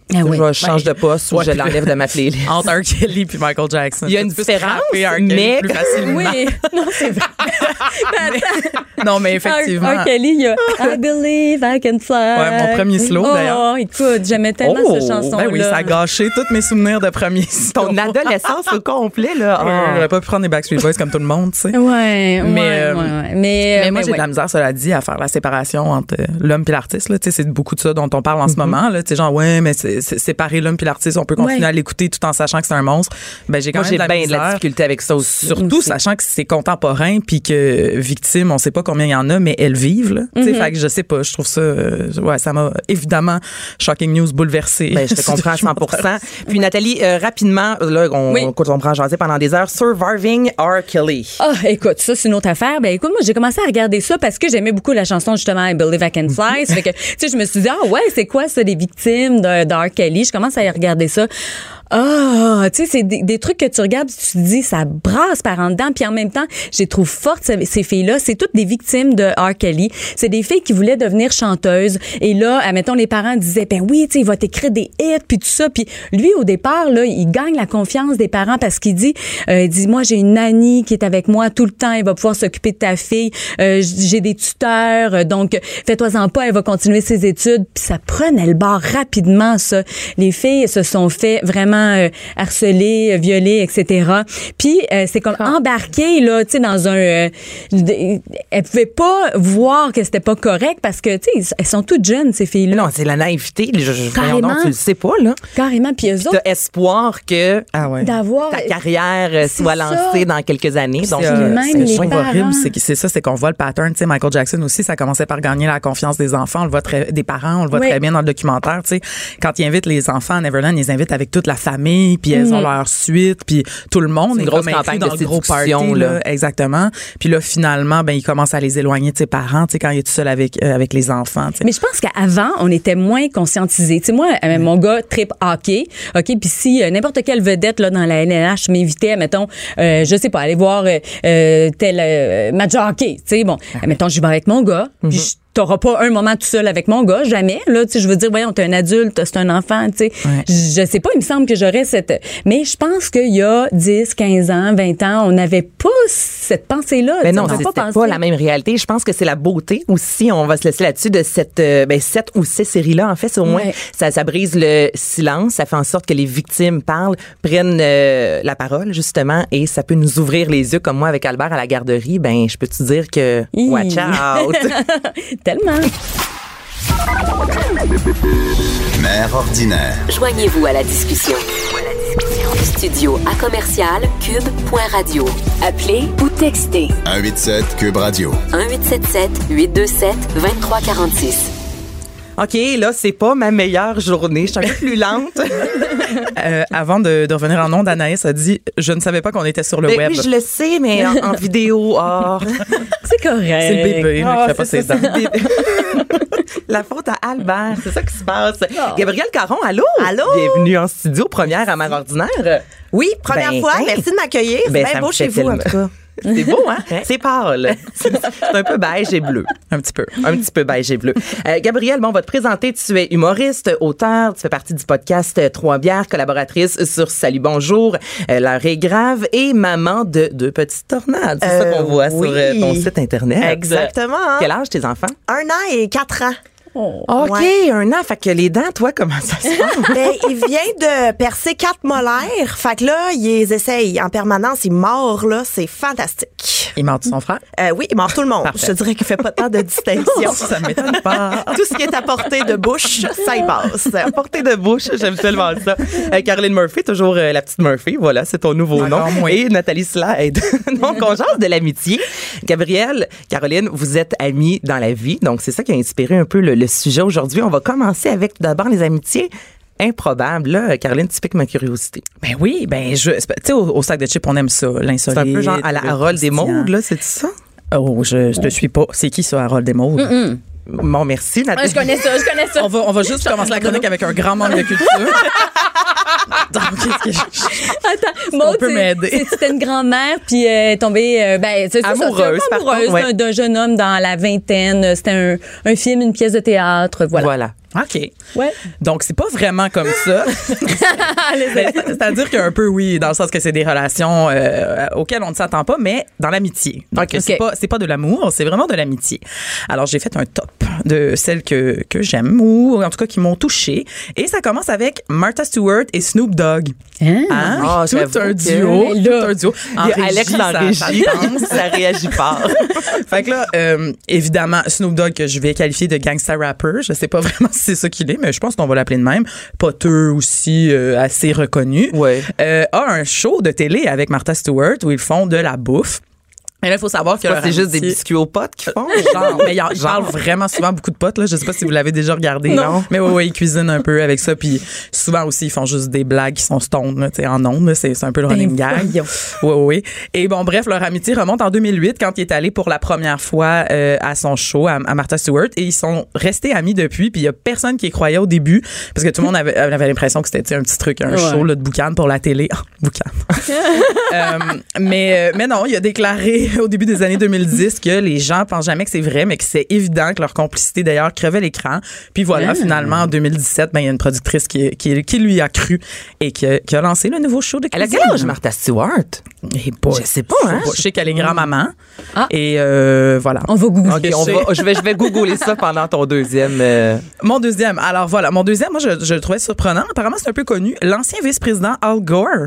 E: Ah oui.
D: Je change de poste ou
F: Ouais,
D: je l'enlève de ma playlist.
F: Entre R. Kelly puis Michael Jackson.
D: Il y a une
F: Tu peux
D: différence,
F: scraper R. Kelly
D: mais-
F: plus facilement.
E: Oui, non, c'est vrai. Mais attends.
F: Non, mais effectivement.
E: R. R. Kelly, il y a I believe I can fly.
F: Ouais, mon premier slow,
E: oh,
F: d'ailleurs.
E: écoute, j'aimais tellement
D: Oh,
E: cette chanson-là.
F: Ben oui, ça a gâché tous mes souvenirs de premier slow.
D: Ton adolescence au complet, là.
F: Ouais,
D: Ah.
F: J'aurais pas pu prendre des Backstreet Boys comme tout le monde, tu sais.
E: Ouais,
F: Mais,
E: ouais,
F: euh,
E: ouais, ouais. Mais,
F: Mais moi,
E: mais
F: j'ai
E: ouais.
F: de la misère, cela dit, à faire la séparation entre euh, l'homme et l'artiste. Là. Tu sais, c'est beaucoup de ça dont on parle en ce moment. Là. Tu sais, genre, ouais, mais c'est, c'est séparer l'homme et l'artiste, on peut continuer
E: Ouais.
F: à l'écouter tout en sachant que c'est un monstre. Ben, j'ai quand
D: Moi,
F: même
D: j'ai
F: de la
D: bien de
F: misère.
D: la difficulté avec ça aussi.
F: Surtout
E: Aussi.
F: sachant que c'est contemporain puis que victime, on sait pas combien il y en a, mais elles vivent. Là. Tu sais, fait que je sais pas, je trouve ça, euh, ouais, ça m'a évidemment Shocking News bouleversé.
D: Ben, je te comprends à cent pour cent. Puis Nathalie, euh, rapidement, là, on,
E: Oui.
D: on, on pourra en jaser pendant des heures. Surviving R. Kelly.
E: Ah, écoute, ça, c'est une autre affaire. Ben, écoute, moi, j'ai commencé à regarder ça parce que j'aimais beaucoup la chanson, justement, I Believe I Can Fly. Ça fait que, tu sais, je me suis dit, ah, ouais, c'est quoi ça, les victimes de, de R. Kelly? Je commence à y regarder ça. Ah, tu sais, c'est des, des trucs que tu regardes, tu te dis, ça brasse par en dedans. Puis en même temps, je les trouve fortes, ces, ces filles-là. C'est toutes des victimes de R. Kelly. C'est des filles qui voulaient devenir chanteuses. Et là, admettons, les parents disaient, ben oui, tu sais, il va t'écrire des hits, puis tout ça. Puis lui, au départ, là, il gagne la confiance des parents parce qu'il dit, euh, il dit, moi, j'ai une nanny qui est avec moi tout le temps. Elle va pouvoir s'occuper de ta fille. Euh, j'ai des tuteurs. euh, Donc, fais-toi-en pas, elle va continuer ses études. Puis ça prenait le bord rapidement, ça. Les filles se sont fait vraiment euh, harceler, euh, violer, et cetera. Puis euh, c'est comme embarqué là, tu sais, dans un. Euh, elles pouvaient pas voir que c'était pas correct parce que tu sais, elles sont toutes jeunes ces filles-là.
D: Non, c'est la naïveté. Je, je, voyons
E: Carrément.
D: donc, tu le sais pas, là.
E: Carrément. Puis eux
D: T'as
E: autres,
D: espoir que
F: Ah ouais.
E: d'avoir.
D: ta carrière euh,
E: c'est
D: soit
E: ça.
D: lancée dans quelques années. Donc,
F: C'est,
E: Puis
F: euh,
E: même
F: ce que
E: les
F: je trouve
E: parents.
F: horrible, c'est, que- c'est ça, c'est qu'on voit le pattern. Tu sais, Michael Jackson aussi, ça commençait par gagner la confiance des enfants. On le voit très, des parents, on le voit
E: Oui.
F: très bien dans le documentaire. Tu sais, quand ils invitent les enfants à Neverland, ils les invitent avec toute la famille, puis elles ont leur suite, puis tout le monde
D: C'est une
F: est
D: grosse
F: comme inclus
D: campagne
F: dans
D: de
F: le gros party,
D: séduction, là.
F: là. Exactement. Puis là, finalement, ben, il commence à les éloigner de ses parents, tu sais, quand il est tout seul avec euh, avec les enfants. Tu sais.
E: Mais je pense qu'avant, on était moins conscientisés. Tu sais, moi, euh, mon gars trip hockey, ok, puis si euh, n'importe quelle vedette là dans la L N H m'invitait, mettons, euh, je sais pas, aller voir euh, euh, tel euh, match de hockey, tu sais, bon, mettons, j'y vais avec mon gars, puis je t'auras pas un moment tout seul avec mon gars, jamais, là, tu sais, je veux dire, voyons, t'es un adulte, c'est un enfant, tu sais.
F: Ouais.
E: Je sais pas, il me semble que j'aurais cette... Mais je pense qu'il y a dix, quinze ans, vingt ans, on n'avait pas cette pensée-là.
D: Mais
E: tu sais,
D: non,
E: on
D: c'était
E: n'a
D: pas,
E: pensé.
D: la même réalité. Je pense que c'est la beauté aussi. On va se laisser là-dessus de cette, euh, ben, cette ou ces séries-là. En fait, c'est au moins,
E: Ouais.
D: ça, ça brise le silence. Ça fait en sorte que les victimes parlent, prennent euh, la parole, justement, et ça peut nous ouvrir les yeux. Comme moi, avec Albert à la garderie, ben, je peux te dire que,
E: Hi.
D: watch out.
E: Tellement.
C: Mère ordinaire.
B: Joignez-vous à la discussion. Studio à commercial cube.radio. Appelez ou textez
C: un huit sept Cube Radio.
B: un huit sept sept huit deux sept deux trois quatre six.
D: OK, là, c'est pas ma meilleure journée. Je suis un peu plus lente.
F: Euh, avant de, de revenir en ondes, Anaïs a dit, je ne savais pas qu'on était sur le
D: Ben
F: web.
D: oui, je le sais, mais en, en vidéo, oh.
E: C'est correct.
F: C'est le bébé, là,
D: Ah,
F: qui fait pas
D: c'est
F: ses
D: ça,
F: dents.
D: c'est le bébé. La faute à Albert, c'est ça qui se passe. Gabrielle Caron, allô?
G: Allô?
D: Bienvenue en studio, première à Mère ordinaire.
G: Oui, première
D: Ben,
G: fois.
D: hein.
G: Merci de m'accueillir. C'est
D: Ben,
G: bien
D: ça
G: beau
D: me
G: chez
D: fait
G: vous, en
D: tellement-
G: tout cas.
D: C'est beau, hein? C'est pâle. C'est c'est un peu beige et bleu.
F: Un petit peu.
D: Un petit peu beige et bleu. Euh, Gabrielle, bon, on va te présenter. Tu es humoriste, auteur, tu fais partie du podcast euh, Trois Bières, collaboratrice sur Salut Bonjour, euh, L'heure est grave et maman de deux petites tornades. C'est ça
G: Euh,
D: qu'on voit
G: oui.
D: sur euh, ton site Internet.
G: Exactement. hein.
D: Quel âge tes enfants?
G: Un an et quatre ans.
D: OK,
G: Ouais.
D: un an. Fait que les dents, toi, comment ça se passe?
G: Ben, il vient de percer quatre molaires. Fait que là, il les essaye en permanence. Il mord, là. C'est fantastique.
F: Il mord son frère?
G: Euh, oui, il mord tout le monde.
F: Parfait.
G: Je te dirais qu'il fait pas tant de distinction.
F: Ça m'étonne pas.
G: Tout ce qui est à portée de bouche, ça y passe.
D: À portée de bouche, j'aime tellement ça. Euh, Caroline Murphy, toujours euh, la petite Murphy, voilà, c'est ton nouveau nom.
F: Encore moins.
D: Et Nathalie Slide. Donc, on jase de l'amitié. Gabrielle, Caroline, vous êtes amies dans la vie, donc c'est ça qui a inspiré un peu le, le sujet aujourd'hui. On va commencer avec tout d'abord les amitiés improbables. Là, Caroline, tu piques ma curiosité.
F: Ben oui, ben je, tu sais, au, au sac de chips, on aime ça, l'insolite.
D: C'est un peu genre à la
F: le
D: Harold des
F: croustillant.
D: Maudes, là, c'est ça?
F: Oh, je, je te suis pas. C'est qui ça, Harold des Maudes?
D: Bon, merci,
E: Ah,
D: Nathalie.
E: je connais ça, je connais ça.
F: On va, on va juste commencer la chronique avec un grand manque de culture. Donc, qu'est-ce que je-
E: Attends, Maud,
F: peut
E: c'est-
F: m'aider?
E: c'est- c'était une grand-mère, puis elle est tombée, euh, ben, c'est ça,
D: Amoureuse,
E: c'est un peu
D: par
E: amoureuse
D: contre, ouais.
E: d'un, d'un jeune homme dans la vingtaine. C'était un, un film, une pièce de théâtre, voilà.
D: Voilà.
F: OK.
E: Ouais.
F: Donc, c'est pas vraiment comme ça. Ben, c'est-à-dire qu'un peu, oui, dans le sens que c'est des relations euh, auxquelles on ne s'attend pas, mais dans l'amitié. Donc,
E: Okay.
F: c'est pas, c'est pas de l'amour, c'est vraiment de l'amitié. Alors, j'ai fait un top de celles que, que j'aime ou, en tout cas, qui m'ont touchée. Et ça commence avec Martha Stewart et Snoop Dogg.
E: Hein?
F: Hein?
D: Ah,
F: tout
D: j'avoue
F: un
D: que-
F: duo.
E: Mais
F: Tout
E: là,
F: un duo. En
D: Il y a Alex
F: régie,
D: dans
F: ça-
D: régie,
F: ça danse.
D: ça réagit pas.
F: Fait que là, euh, évidemment, Snoop Dogg, que je vais qualifier de gangsta rapper, je sais pas vraiment si c'est ça qu'il est, mais je pense qu'on va l'appeler de même. Poteux aussi, euh, assez reconnu.
D: Ouais.
F: Euh, a un show de télé avec Martha Stewart où ils font de la bouffe. Et là, il faut savoir que
D: Quoi,
F: leur
D: c'est juste des
F: amitié-
D: biscuits aux potes qu'ils font?
F: Genre, mais ils en- ils parlent vraiment souvent beaucoup de potes, là. Je sais pas si vous l'avez déjà regardé.
D: Non.
F: Mais ouais, ouais, ils cuisinent un peu avec ça. Puis souvent aussi, ils font juste des blagues qui sont stone, là, tu sais, en ondes, là. C'est, c'est un peu le running gag.
E: voyons.
F: Ouais, ouais, ouais. Et bon, bref, leur amitié remonte en deux mille huit quand il est allé pour la première fois euh, à son show, à, à Martha Stewart. Et ils sont restés amis depuis. Puis il y a personne qui y croyait au début parce que tout le monde avait, avait l'impression que c'était, tu sais, un petit truc, un
E: Ouais.
F: show là, de boucan pour la télé. Ah, boucan. Euh, mais, euh, mais non, il a déclaré au début des années deux mille dix que les gens pensent jamais que c'est vrai, mais que c'est évident que leur complicité d'ailleurs crevait l'écran. Puis voilà,
E: Ah.
F: finalement, en deux mille dix-sept, ben, il y a une productrice qui, qui, qui lui a cru et qui a, qui a lancé le nouveau show de
D: Elle a
F: cuisine.
D: quel âge, Martha Stewart?
F: Et boy,
D: Je sais pas, hein?
F: Je sais qu'elle est grand-maman.
E: Ah.
F: Et euh, voilà.
E: On va googler.
D: OK, on va, je vais, je vais googler ça pendant ton deuxième. euh,
F: Mon deuxième. Alors voilà, mon deuxième, moi, je, je le trouvais surprenant. Apparemment, c'est un peu connu. L'ancien vice-président Al Gore.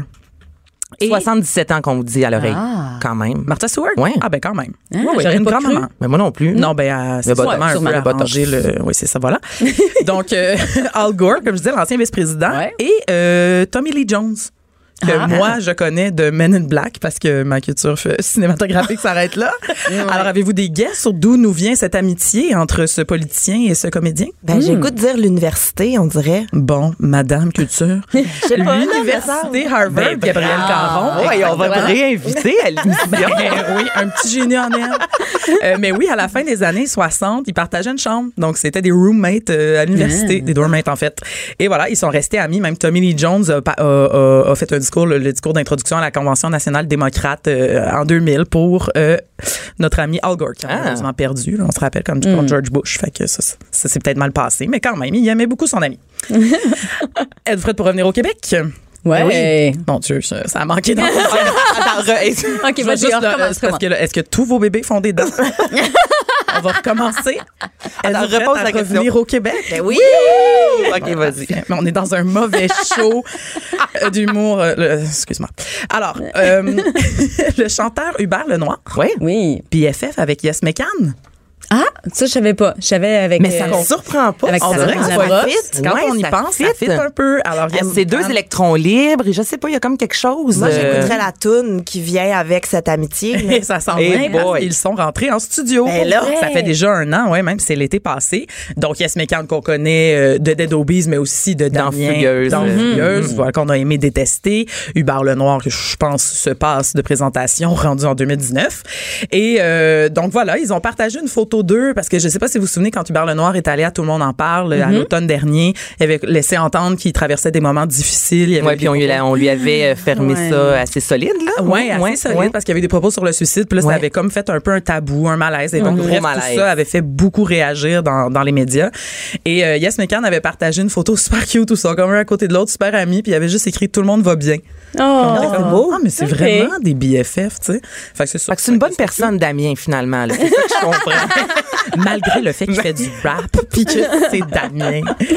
F: Et
D: soixante-dix-sept ans qu'on vous dit à l'oreille.
E: Ah.
D: Quand même.
F: Martha Stewart?
D: Ouais.
F: Ah ben quand même.
E: Ah,
F: Oui, oui,
E: j'aurais
F: une
E: pas
F: grand-maman.
E: cru.
D: Mais moi non plus.
F: Non, ben, euh, c'est
D: Le botox,
F: sûrement un
D: sûrement
F: peu
D: le botox.
F: arrangé le. Oui, c'est ça, voilà. Donc, euh, Al Gore, comme je disais, l'ancien vice-président,
E: Ouais.
F: et euh, Tommy Lee Jones, que
E: Ah.
F: moi, je connais de Men in Black, parce que ma culture f- cinématographique s'arrête là. Alors, avez-vous des guesses sur d'où nous vient cette amitié entre ce politicien et ce comédien?
G: Ben, j'ai le goût de dire l'université, on dirait.
F: Bon, Madame Culture.
G: sais pas,
F: L'université Harvard,
D: Ben,
F: Gabriel Caron.
D: Ouais, on va te réinviter à l'émission.
F: Ben oui, un petit génie en herbe. Euh, mais oui, à la fin des années soixante, ils partageaient une chambre. Donc, c'était des roommates euh, à l'université, des dormmates en fait. Et voilà, ils sont restés amis. Même Tommy Lee Jones a, a- a- a fait un discours, le, le discours d'introduction à la Convention nationale démocrate euh, en deux mille pour euh, notre ami Al Gore, qui a
D: Ah.
F: malheureusement perdu. Là, on se rappelle comme contre George Bush. Fait que ça, ça, ça s'est peut-être mal passé. Mais quand même, il aimait beaucoup son ami. Êtes-vous prête pour revenir au Québec?
E: Ouais.
F: Mon Dieu, ça, ça a manqué dans
D: Attends, re-
E: OK,
F: je vais
E: vas-y,
F: juste
E: on
F: le-
E: recommence.
F: parce que là, est-ce que tous vos bébés font des dents? On va recommencer. Elle
D: Attends,
F: devrait
D: repose la
F: revenir
D: question.
F: au Québec.
G: Ben oui!
D: OK, vas-y.
F: Mais on est dans un mauvais show euh, d'humour. euh, le- excuse-moi. Alors, euh, le chanteur Hubert Lenoir,
D: Oui.
E: Oui.
F: B F F avec Yes McCann.
E: Ah, ça, je savais pas. Je savais avec.
D: Mais ça
E: euh,
D: me surprend pas.
E: avec
F: On
E: Sarah
F: dirait que ça
E: Labrosse.
F: fit. Quand
D: Ouais,
F: on y
D: ça
F: pense, ça
D: fit.
F: fit un peu. Alors,
D: Ah,
F: Yes
D: c'est deux
F: McCann-
D: électrons libres et je sais pas, il y a comme quelque chose.
G: Moi,
D: euh,
G: j'écouterais la toune qui vient avec cette amitié. là.
F: Et ça s'en
D: Hey
F: vient parce
D: boy.
F: qu'ils sont rentrés en studio.
G: Ben là.
F: Ça fait déjà un an, ouais, même si c'est l'été passé. Donc, Yes McCann qu'on connaît euh, de Dead Obies, mais aussi de
D: Dans
F: Damien.
D: Fugueuse.
F: Dans
D: Mhm.
F: Fugueuse, voilà, qu'on a aimé détester. Hubert Lenoir, que je pense se passe de présentation rendu en deux mille dix-neuf. Et euh, donc, voilà, ils ont partagé une photo d'eux parce que je sais pas si vous vous souvenez quand Hubert Lenoir est allé à Tout le monde en parle à l'automne dernier, il avait laissé entendre qu'il traversait des moments difficiles. Il y avait
D: Ouais,
F: des
D: puis on, lui a- on lui avait euh, fermé
E: Ouais.
D: ça assez solide, là.
F: Ouais, assez solide
D: ouais.
F: parce qu'il y avait des propos sur le suicide. Puis là,
D: Ouais.
F: ça avait comme fait un peu un tabou, un malaise. Et donc,
D: Un gros
F: bref,
D: malaise.
F: tout ça avait fait beaucoup réagir dans, dans les médias. Et euh, Yes McCann avait partagé une photo super cute, tout ça, comme un à côté de l'autre, super amis. Puis il avait juste écrit « Tout le monde va bien ».
E: Oh,
F: c'est beau. Ah, mais c'est
E: Ok.
F: vraiment des B F F, tu sais. Fait que c'est sûr.
D: Fait que c'est une bonne personne, Damien, finalement. là. C'est ça que je comprends.
F: Malgré le fait qu'il fait du rap, puis que c'est Damien.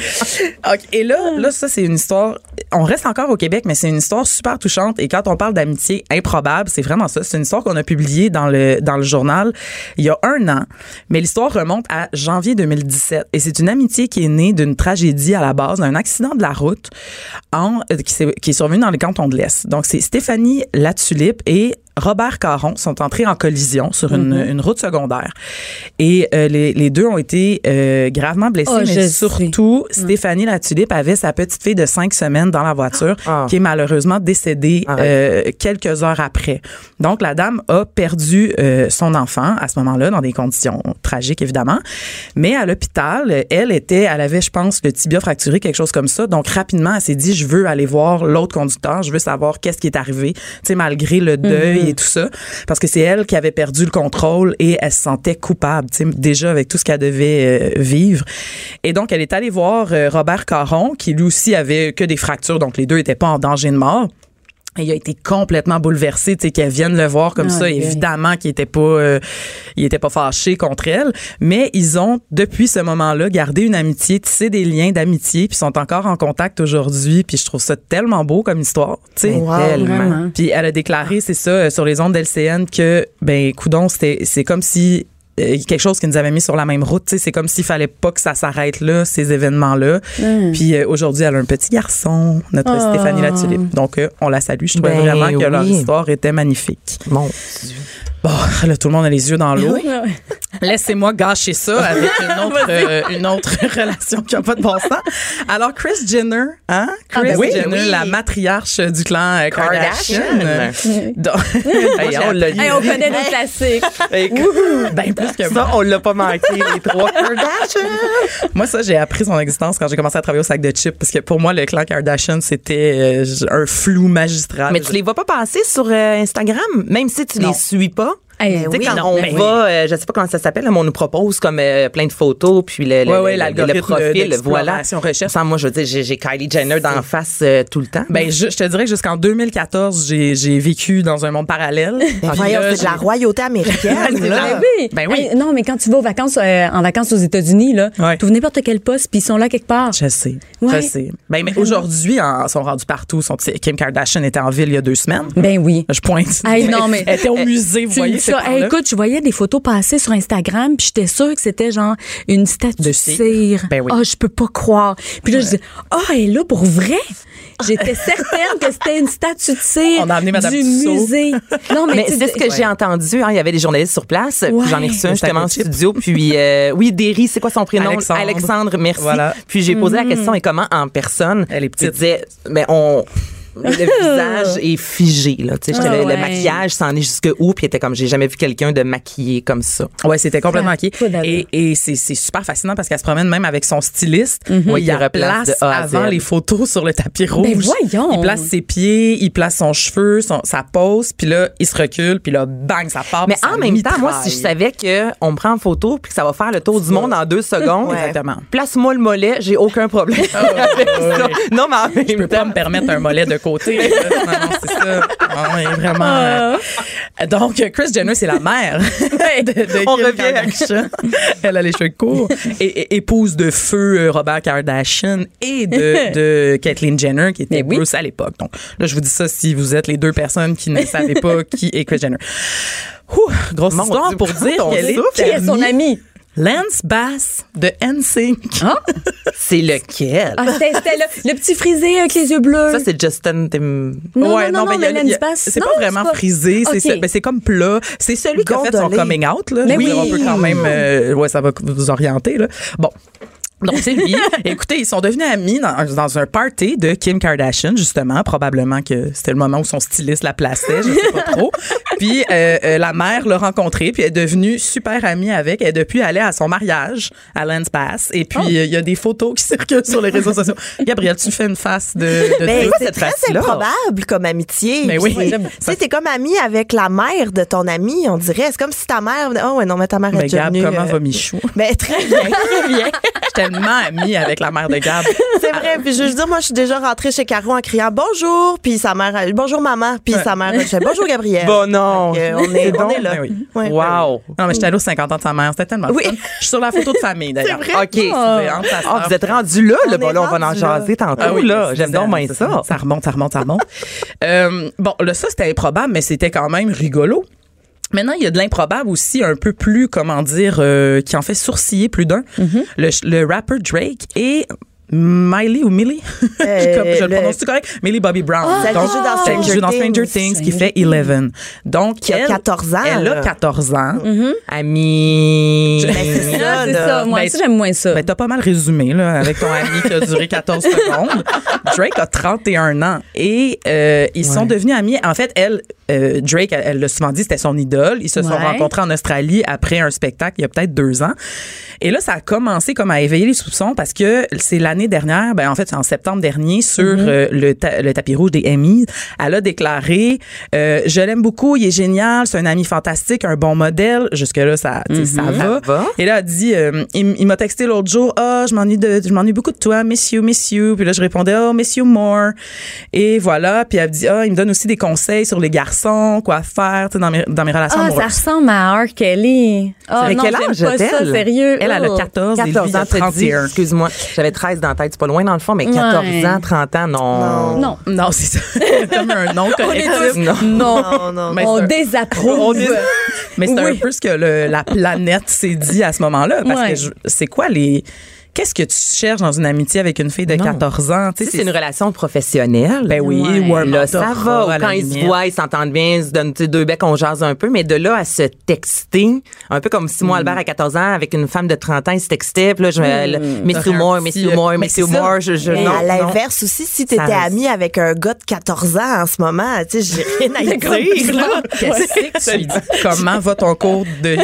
F: OK, et là, là, ça, c'est une histoire. On reste encore au Québec, mais c'est une histoire super touchante. Et quand on parle d'amitié improbable, c'est vraiment ça. C'est une histoire qu'on a publiée dans le, dans le journal il y a un an. Mais l'histoire remonte à janvier deux mille dix-sept. Et c'est une amitié qui est née d'une tragédie à la base, d'un accident de la route en, euh, qui, s'est- qui est survenu dans les cantons de l'Est. Donc, c'est Stéphanie Latulippe et Robert Caron sont entrés en collision sur une,
E: Mm-hmm.
F: une route secondaire. Et euh, les, les deux ont été euh, gravement blessés,
E: Oh, je
F: mais
E: sais.
F: surtout, Stéphanie Latulippe avait sa petite fille de cinq semaines dans la voiture
D: Ah.
F: qui est malheureusement décédée euh, quelques heures après. Donc, la dame a perdu euh, son enfant à ce moment-là, dans des conditions tragiques, évidemment. Mais à l'hôpital, elle était, elle avait, je pense, le tibia fracturé, quelque chose comme ça. Donc, rapidement, elle s'est dit, je veux aller voir l'autre conducteur, je veux savoir qu'est-ce qui est arrivé. Tu sais, malgré le deuil et tout ça, parce que c'est elle qui avait perdu le contrôle et elle se sentait coupable, tu sais, déjà avec tout ce qu'elle devait euh, vivre. Et donc, elle est allée voir euh, Robert Caron, qui lui aussi avait que des fractures, donc les deux étaient pas en danger de mort. Et il a été complètement bouleversé, tu sais, qu'elle vienne le voir comme
E: Ah,
F: ça.
E: oui.
F: Évidemment qu'il était pas, euh, il était pas fâché contre elle, mais ils ont depuis ce moment-là gardé une amitié, tissé des liens d'amitié, puis sont encore en contact aujourd'hui. Puis je trouve ça tellement beau comme histoire, tu sais.
G: Wow,
E: vraiment.
F: Puis elle a déclaré, c'est ça, euh, sur les ondes d'L C N que, ben, coudon, c'était, c'est comme si euh, quelque chose qui nous avait mis sur la même route, tu sais, c'est comme s'il fallait pas que ça s'arrête là, ces événements-là.
E: Mm.
F: Puis euh, aujourd'hui, elle a un petit garçon, notre
E: Oh.
F: Stéphanie Latulippe. Donc euh, on la salue. Je trouvais
D: Ben
F: vraiment que leur
D: oui.
F: histoire était magnifique.
D: Mon
F: Bon, là, tout le monde a les yeux dans l'eau.
E: Ouais, ouais.
F: Laissez-moi gâcher ça avec une autre, euh, une autre relation qui n'a pas de bon sens. Alors, Kris Jenner, hein? Kris
E: Ah, ben oui,
F: Jenner,
G: oui.
F: la matriarche du clan euh, Kardashian.
D: Kardashian.
F: Donc,
D: Hey, on l'a
E: Hey, on connaît nos classiques.
F: ben plus que
D: Ça,
F: moi.
D: on l'a pas manqué, les trois Kardashian.
F: Moi, ça, j'ai appris son existence quand j'ai commencé à travailler au sac de chips, parce que pour moi, le clan Kardashian, c'était euh, un flou magistral.
D: Mais tu les vois pas passer sur euh, Instagram, même si tu
F: Non.
D: les suis pas.
E: Hey,
D: Tu sais,
E: oui,
D: quand
E: non,
D: on
E: mais
D: va, euh, je sais pas comment ça s'appelle, mais on nous propose comme euh, plein de photos, puis le, le,
F: Ouais, ouais,
D: le-
F: l'algorithme
D: le profil, voilà.
F: d'exploration recherche.
D: Sans moi, je veux dire, j'ai, j'ai Kylie Jenner d'en face euh, tout le temps.
F: Ben, je, je te dirais que jusqu'en deux mille quatorze, j'ai, j'ai vécu dans un monde parallèle.
G: Mais
F: Puis
G: voyons,
F: là,
G: c'est de la
F: j'ai-
G: royauté américaine,
F: C'est
G: là.
F: vrai.
E: oui.
F: Ben oui.
E: Hey, non, mais quand tu vas aux vacances, euh, en vacances aux États-Unis, là,
F: Ouais.
E: tu ouvres n'importe quel poste, puis ils sont là quelque part.
F: Je sais.
E: Ouais.
F: Je sais. Ben, mais aujourd'hui, ils sont rendus partout. Sont, Kim Kardashian était en ville il y a deux semaines.
E: Ben oui.
F: Je pointe.
E: Hey, non, mais-
F: Elle était au musée, vous
E: Tu
F: voyez.
E: dis ça.
F: c'est
E: Hey,
F: par là.
E: écoute, je voyais des photos passer sur Instagram, puis j'étais sûre que c'était genre une statue de
F: De
E: cire.
F: cire. Ben oui.
E: Ah, je peux pas croire. Puis là, je dis, ah, elle est là pour vrai? J'étais certaine que c'était une statue de cire
F: On a amené Madame
E: du
F: Tussaud.
E: musée. Non, mais,
D: Mais
E: tu sais,
D: c'est ce que j'ai entendu. Hein, il y avait des journalistes sur place.
E: Ouais.
D: Puis j'en ai reçu un
F: Le
D: justement en
F: sac de chips.
D: studio. Puis euh, oui, Derry, c'est quoi son prénom?
F: Alexandre.
D: merci.
F: Voilà.
D: Puis j'ai posé la question, et comment en personne?
F: Elle est petite.
D: Je disais, mais on... Le visage est figé, là. Tu sais, j'étais
E: Ah
D: le, le
E: ouais.
D: maquillage s'en est jusque où? Puis il était comme, j'ai jamais vu quelqu'un de maquillé comme ça.
F: Ouais, c'était complètement
E: Ça a
F: maquillé.
E: pas d'allure.
F: Et, et c'est, c'est super fascinant parce qu'elle se promène même avec son styliste.
D: Oui,
F: il
D: il replace
F: place
D: de A à
F: avant
D: Z.
F: les photos sur le tapis rouge.
E: Ben voyons.
F: Il place ses pieds, il place son cheveu, son, sa pose, puis là, il se recule, puis là, bang, ça part.
D: Mais
F: puis ça
D: en même temps, moi,
F: mitraille.
D: si je savais qu'on me prend en photo puis que ça va faire le tour du monde en deux secondes,
F: Ouais. Exactement.
D: place-moi le mollet, j'ai aucun problème avec ça. Non, mais en même
F: Je peux pas
D: temps,
F: me permettre un mollet de côté. non, non, c'est ça. Non, oui, vraiment. euh, Donc, Kris Jenner, c'est la mère de, de
D: On
F: Kim
D: revient à-
F: Kardashian. Elle a les cheveux courts. Et, et- épouse de feu euh, Robert Kardashian et de, de Caitlyn Jenner, qui était
E: Mais oui.
F: Bruce à l'époque. Donc, là, je vous dis ça si vous êtes les deux personnes qui ne savez pas qui est Kris Jenner. Ouh, grosse
D: Mon
F: histoire
D: Dieu,
F: pour
D: pourquoi
F: dire
D: ton
F: qu'elle est
D: souffle?
E: qui est son ami?
F: Lance Bass de N Sync.
E: Ah,
D: c'est lequel?
E: ah c'était c'était le, le petit frisé avec les yeux bleus.
D: Ça, c'est Justin Tim...
E: Non,
F: Ouais,
E: non, non,
F: mais
E: non,
F: il y a-
E: mais
F: il y a-
E: Lance Bass,
F: c'est
E: non,
F: pas vraiment
E: c'est pas-
F: frisé, c'est
E: Ok.
F: ça- ben, c'est comme plat. C'est celui qui a fait son
G: Gondolé.
F: coming out là.
E: Mais
F: Je veux dire,
E: oui.
F: on peut quand même euh, ouais, ça va vous orienter là. Bon. Donc, c'est lui. Écoutez, ils sont devenus amis dans, dans un party de Kim Kardashian, justement. Probablement que c'était le moment où son styliste la plaçait, je sais pas trop. Puis, euh, euh, la mère l'a rencontrée, puis elle est devenue super amie avec. Elle est depuis allée à son mariage à Lance Bass. Et puis, euh, il y a des photos qui circulent sur les réseaux sociaux. Gabrielle, tu fais une face de, de
G: Mais
F: doute,
G: c'est
F: cette
G: très
F: face-là.
G: improbable comme amitié.
F: Mais oui.
G: Puis, Tu sais, t'es comme ami avec la mère de ton ami, on dirait. C'est comme si ta mère... Oh, ouais, non, mais ta mère est
F: Mais
G: déjà
F: Gab,
G: venue,
F: comment
G: euh,
F: va Michou?
G: Ben, très bien, très bien.
F: Je suis tellement amie avec la mère de Gab.
G: C'est vrai. Puis je veux dire, moi, je suis déjà rentrée chez Caro en criant bonjour. Puis sa mère, elle, bonjour maman. Puis sa mère, je fais bonjour Gabrielle.
D: Bon, non.
G: Fait que, on est, on est là.
F: Ben oui.
G: Ouais.
D: Wow.
F: Non, mais j'étais allée aux cinquante ans de sa mère. C'était tellement
G: Oui.
F: fun. Je suis sur la photo de famille, d'ailleurs.
G: C'est vrai?
D: OK.
F: C'est entre sa
D: Ah,
F: sœur.
D: vous êtes rendu là,
G: On
D: le
G: est
D: bon, là, on va en
G: rendu là.
D: jaser tantôt,
F: Ah oui,
D: là.
F: c'est
D: J'aime donc bien ça.
F: Ça remonte, ça remonte, ça remonte. euh, bon, là, ça, c'était improbable, mais c'était quand même rigolo. Maintenant, il y a de l'improbable aussi, un peu plus, comment dire, euh, qui en fait sourciller plus d'un.
G: Mm-hmm.
F: le, le rapper Drake et Miley ou Millie,
G: Euh,
F: Comme je le
G: le-
F: prononce correct, Millie Bobby Brown.
G: Celle qui joue dans
F: celle qui
G: Stranger
F: joue dans Stranger
G: Things.
F: Things, qui fait Eleven. Donc,
G: Qui a
F: elle-
G: quatorze ans,
F: Elle a
G: là.
F: quatorze ans.
D: Ami.
G: Ben, c'est ça,
E: Ah, c'est
G: là.
E: ça. Moi
F: Ben,
E: aussi, j'aime moins ça.
F: Ben, t'as pas mal résumé, là, avec ton ami qui a duré quatorze secondes. Drake a trente et un ans et euh, ils sont devenus amis. En fait, elle, euh, Drake, elle, elle l'a souvent dit, c'était son idole. Ils se sont
E: Ouais.
F: rencontrés en Australie après un spectacle il y a peut-être deux ans. Et là, ça a commencé comme à éveiller les soupçons parce que c'est l'année dernière, ben en fait, c'est en septembre dernier, sur mm-hmm. euh, le, ta- le tapis rouge des Emmys, elle a déclaré euh, « Je l'aime beaucoup, il est génial, c'est un ami fantastique, un bon modèle. » Jusque-là, ça, mm-hmm. ça va.
D: Ça va.
F: Et là, elle dit euh, il, il m'a texté l'autre jour « Ah, oh, je m'ennuie de, je m'ennuie beaucoup de toi, miss you, miss you. » Puis là, je répondais « Oh, miss you more. » Et voilà. Puis elle me dit « Ah, oh, il me donne aussi des conseils sur les garçons, quoi faire, tu sais, dans mes, dans mes relations
E: Ah,
F: amoureuses. »
E: ça ressemble à R. Kelly. Ah,
D: Mais
E: non,
D: quel
E: j'aime
D: âge
E: pas ça,
D: a-t-elle?
E: sérieux.
F: Elle, elle a
E: Oh.
F: quatorze, et lui,
D: quatorze
F: il a
D: ans, t'as
F: trente
D: dit.
F: et un.
D: Excuse-moi, j'avais treize dans la tête, c'est pas loin dans le fond, mais quatorze
E: Ouais.
D: ans, trente ans, non.
E: Non.
F: Non, c'est ça. Comme un nom collectif.
D: Non.
E: Non.
G: Non, non,
F: Mais
E: On
F: c'est un-
E: désapprouve.
F: On dit- Mais c'est
E: Oui.
F: un peu ce que le- la planète s'est dit à ce moment-là. Parce
E: Ouais.
F: que je- c'est quoi les... Qu'est-ce que tu cherches dans une amitié avec une fille de
D: Non.
F: quatorze ans? Tu
D: Si
F: sais,
D: c'est une relation professionnelle.
F: Ben oui,
E: Ouais.
F: ou un
D: Là, ça
F: mentorat,
D: va. Ou
F: à la
D: quand ils se
F: limite.
D: voient, ils s'entendent bien, ils se donnent tu sais, deux becs, on jase un peu. Mais de là à se texter, un peu comme Simon Albert à quatorze ans, avec une femme de trente ans, ils se textaient. Puis là, je me. Miss
F: T'aurais
D: you
F: un
D: more,
F: petit-
D: Miss you more,
F: mais
D: Miss you
F: c'est ça.
D: more. Je, je,
G: Mais
D: non,
G: à
D: non.
G: l'inverse aussi, si t'étais
D: Ça-
G: amie avec un gars de quatorze ans en ce moment, tu sais, j'ai rien à y dire, là.
F: Qu'est-ce que tu dis? Comment va ton cours de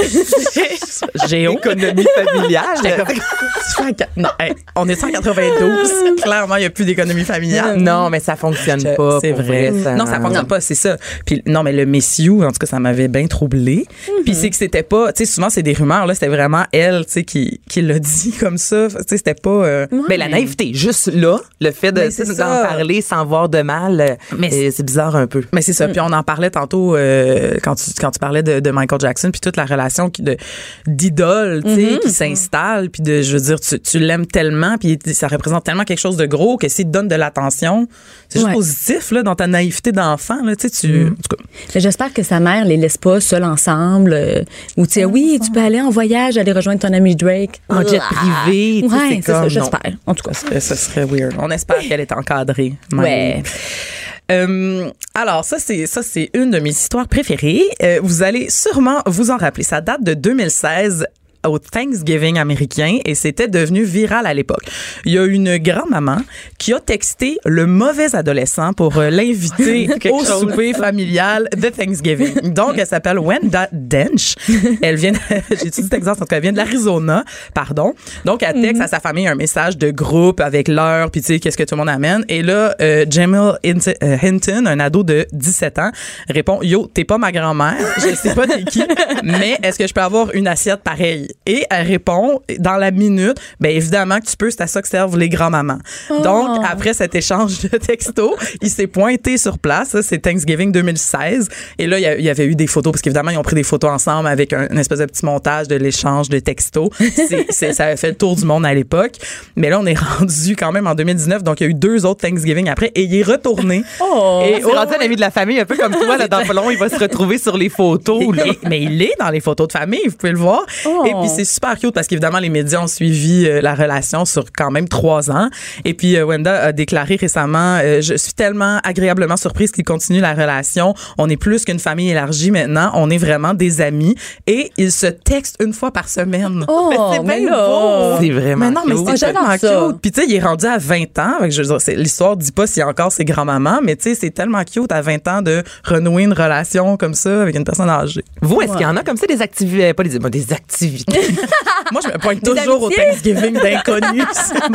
F: géo?
D: Économie familiale.
F: J'étais comme, tu fais un qua- non, hey, on est en quatre-vingt-douze. Clairement, il n'y a plus d'économie familiale.
D: Non, mais ça fonctionne
F: Je-
D: pas.
F: c'est
D: pour
F: vrai.
D: ça.
F: Non, ça fonctionne pas, c'est ça. Puis non, mais le Miss You, en tout cas, ça m'avait bien troublé. Puis c'est que c'était pas, tu sais, souvent c'est des rumeurs là, c'était vraiment elle, tu sais, qui qui l'a dit comme ça. Tu sais, c'était pas. euh,
D: Mais la naïveté, juste là, le fait de
F: Mais c'est
D: d'en
F: ça.
D: parler sans voir de mal, euh,
F: Mais
D: euh, c'est bizarre un peu.
F: Mais c'est ça. Puis on en parlait tantôt euh, quand tu quand tu parlais de, de Michael Jackson puis toute la relation qui de d'idole, tu sais, qui s'installe puis de je veux dire tu, tu l'aimes tellement puis ça représente tellement quelque chose de gros que s'il te donne de l'attention, c'est juste
E: Ouais.
F: positif là dans ta naïveté d'enfant là, tu sais tu en tout cas.
E: Mais j'espère que sa mère les laisse pas seuls ensemble. euh, ou tu sais, oui, tu peux aller en voyage, aller rejoindre ton ami Drake.
D: En jet privé, tu sais,
E: Ouais,
D: c'est
E: c'est ça,
D: comme,
E: j'espère. En tout cas.
F: Ça, ça serait weird. On espère qu'elle est encadrée. même.
E: Ouais.
F: Euh, alors ça c'est ça c'est une de mes histoires préférées. Euh, vous allez sûrement vous en rappeler. Ça date de deux mille seize. Au Thanksgiving américain et c'était devenu viral à l'époque. Il y a une grand-maman qui a texté le mauvais adolescent pour euh, l'inviter au
D: chose.
F: souper familial de Thanksgiving. Donc, elle s'appelle Wenda Dench. Elle vient, de- j'ai dit cet exemple, en tout cas, elle vient de l'Arizona, pardon. Donc, elle texte à sa famille un message de groupe avec l'heure, puis tu sais, qu'est-ce que tout le monde amène. Et là, euh, Jamil Hint- euh, Hinton, un ado de dix-sept ans, répond « Yo, t'es pas ma grand-mère, je sais pas t'es qui, mais est-ce que je peux avoir une assiette pareille? » Et elle répond dans la minute, bien évidemment que tu peux, c'est à ça que servent les grands-mamans. Donc, après cet échange de textos, il s'est pointé sur place. Ça, c'est Thanksgiving deux mille seize. Et là, il y a- il y avait eu des photos, parce qu'évidemment, ils ont pris des photos ensemble avec un, une espèce de petit montage de l'échange de textos. C'est, c'est- ça avait fait le tour du monde à l'époque. Mais là, on est rendu quand même en deux mille dix-neuf, donc il y a eu deux autres Thanksgiving après, et il est retourné.
E: Oh.
F: Et
D: C'est rendu un ami de la famille, un peu comme toi, là, dans pas long, il va se retrouver sur les photos, là.
F: Et- mais il est dans les photos de famille, vous pouvez le voir.
E: Oh.
F: Et puis c'est super cute parce qu'évidemment les médias ont suivi euh, la relation sur quand même trois ans. Et puis euh, Wenda a déclaré récemment, euh, je suis tellement agréablement surprise qu'il continue la relation. On est plus qu'une famille élargie maintenant. On est vraiment des amis. Et ils se textent une fois par semaine.
E: Oh,
F: Mais c'est
E: mais
F: bien
E: là.
F: beau.
D: C'est vraiment
F: Mais non, mais
D: cute.
F: c'est
E: Oh, j'adore
F: tellement
E: ça.
F: cute. Puis tu sais, il est rendu à vingt ans. Fait que je veux dire, c'est- l'histoire dit pas s'il y a encore ses grands-mamans, mais tu sais, c'est tellement cute à vingt ans de renouer une relation comme ça avec une personne âgée.
D: Vous, est-ce qu'il y en a comme ça des activités, pas des, bon, des activités?
F: Moi, je me pointe toujours au Thanksgiving d'inconnus.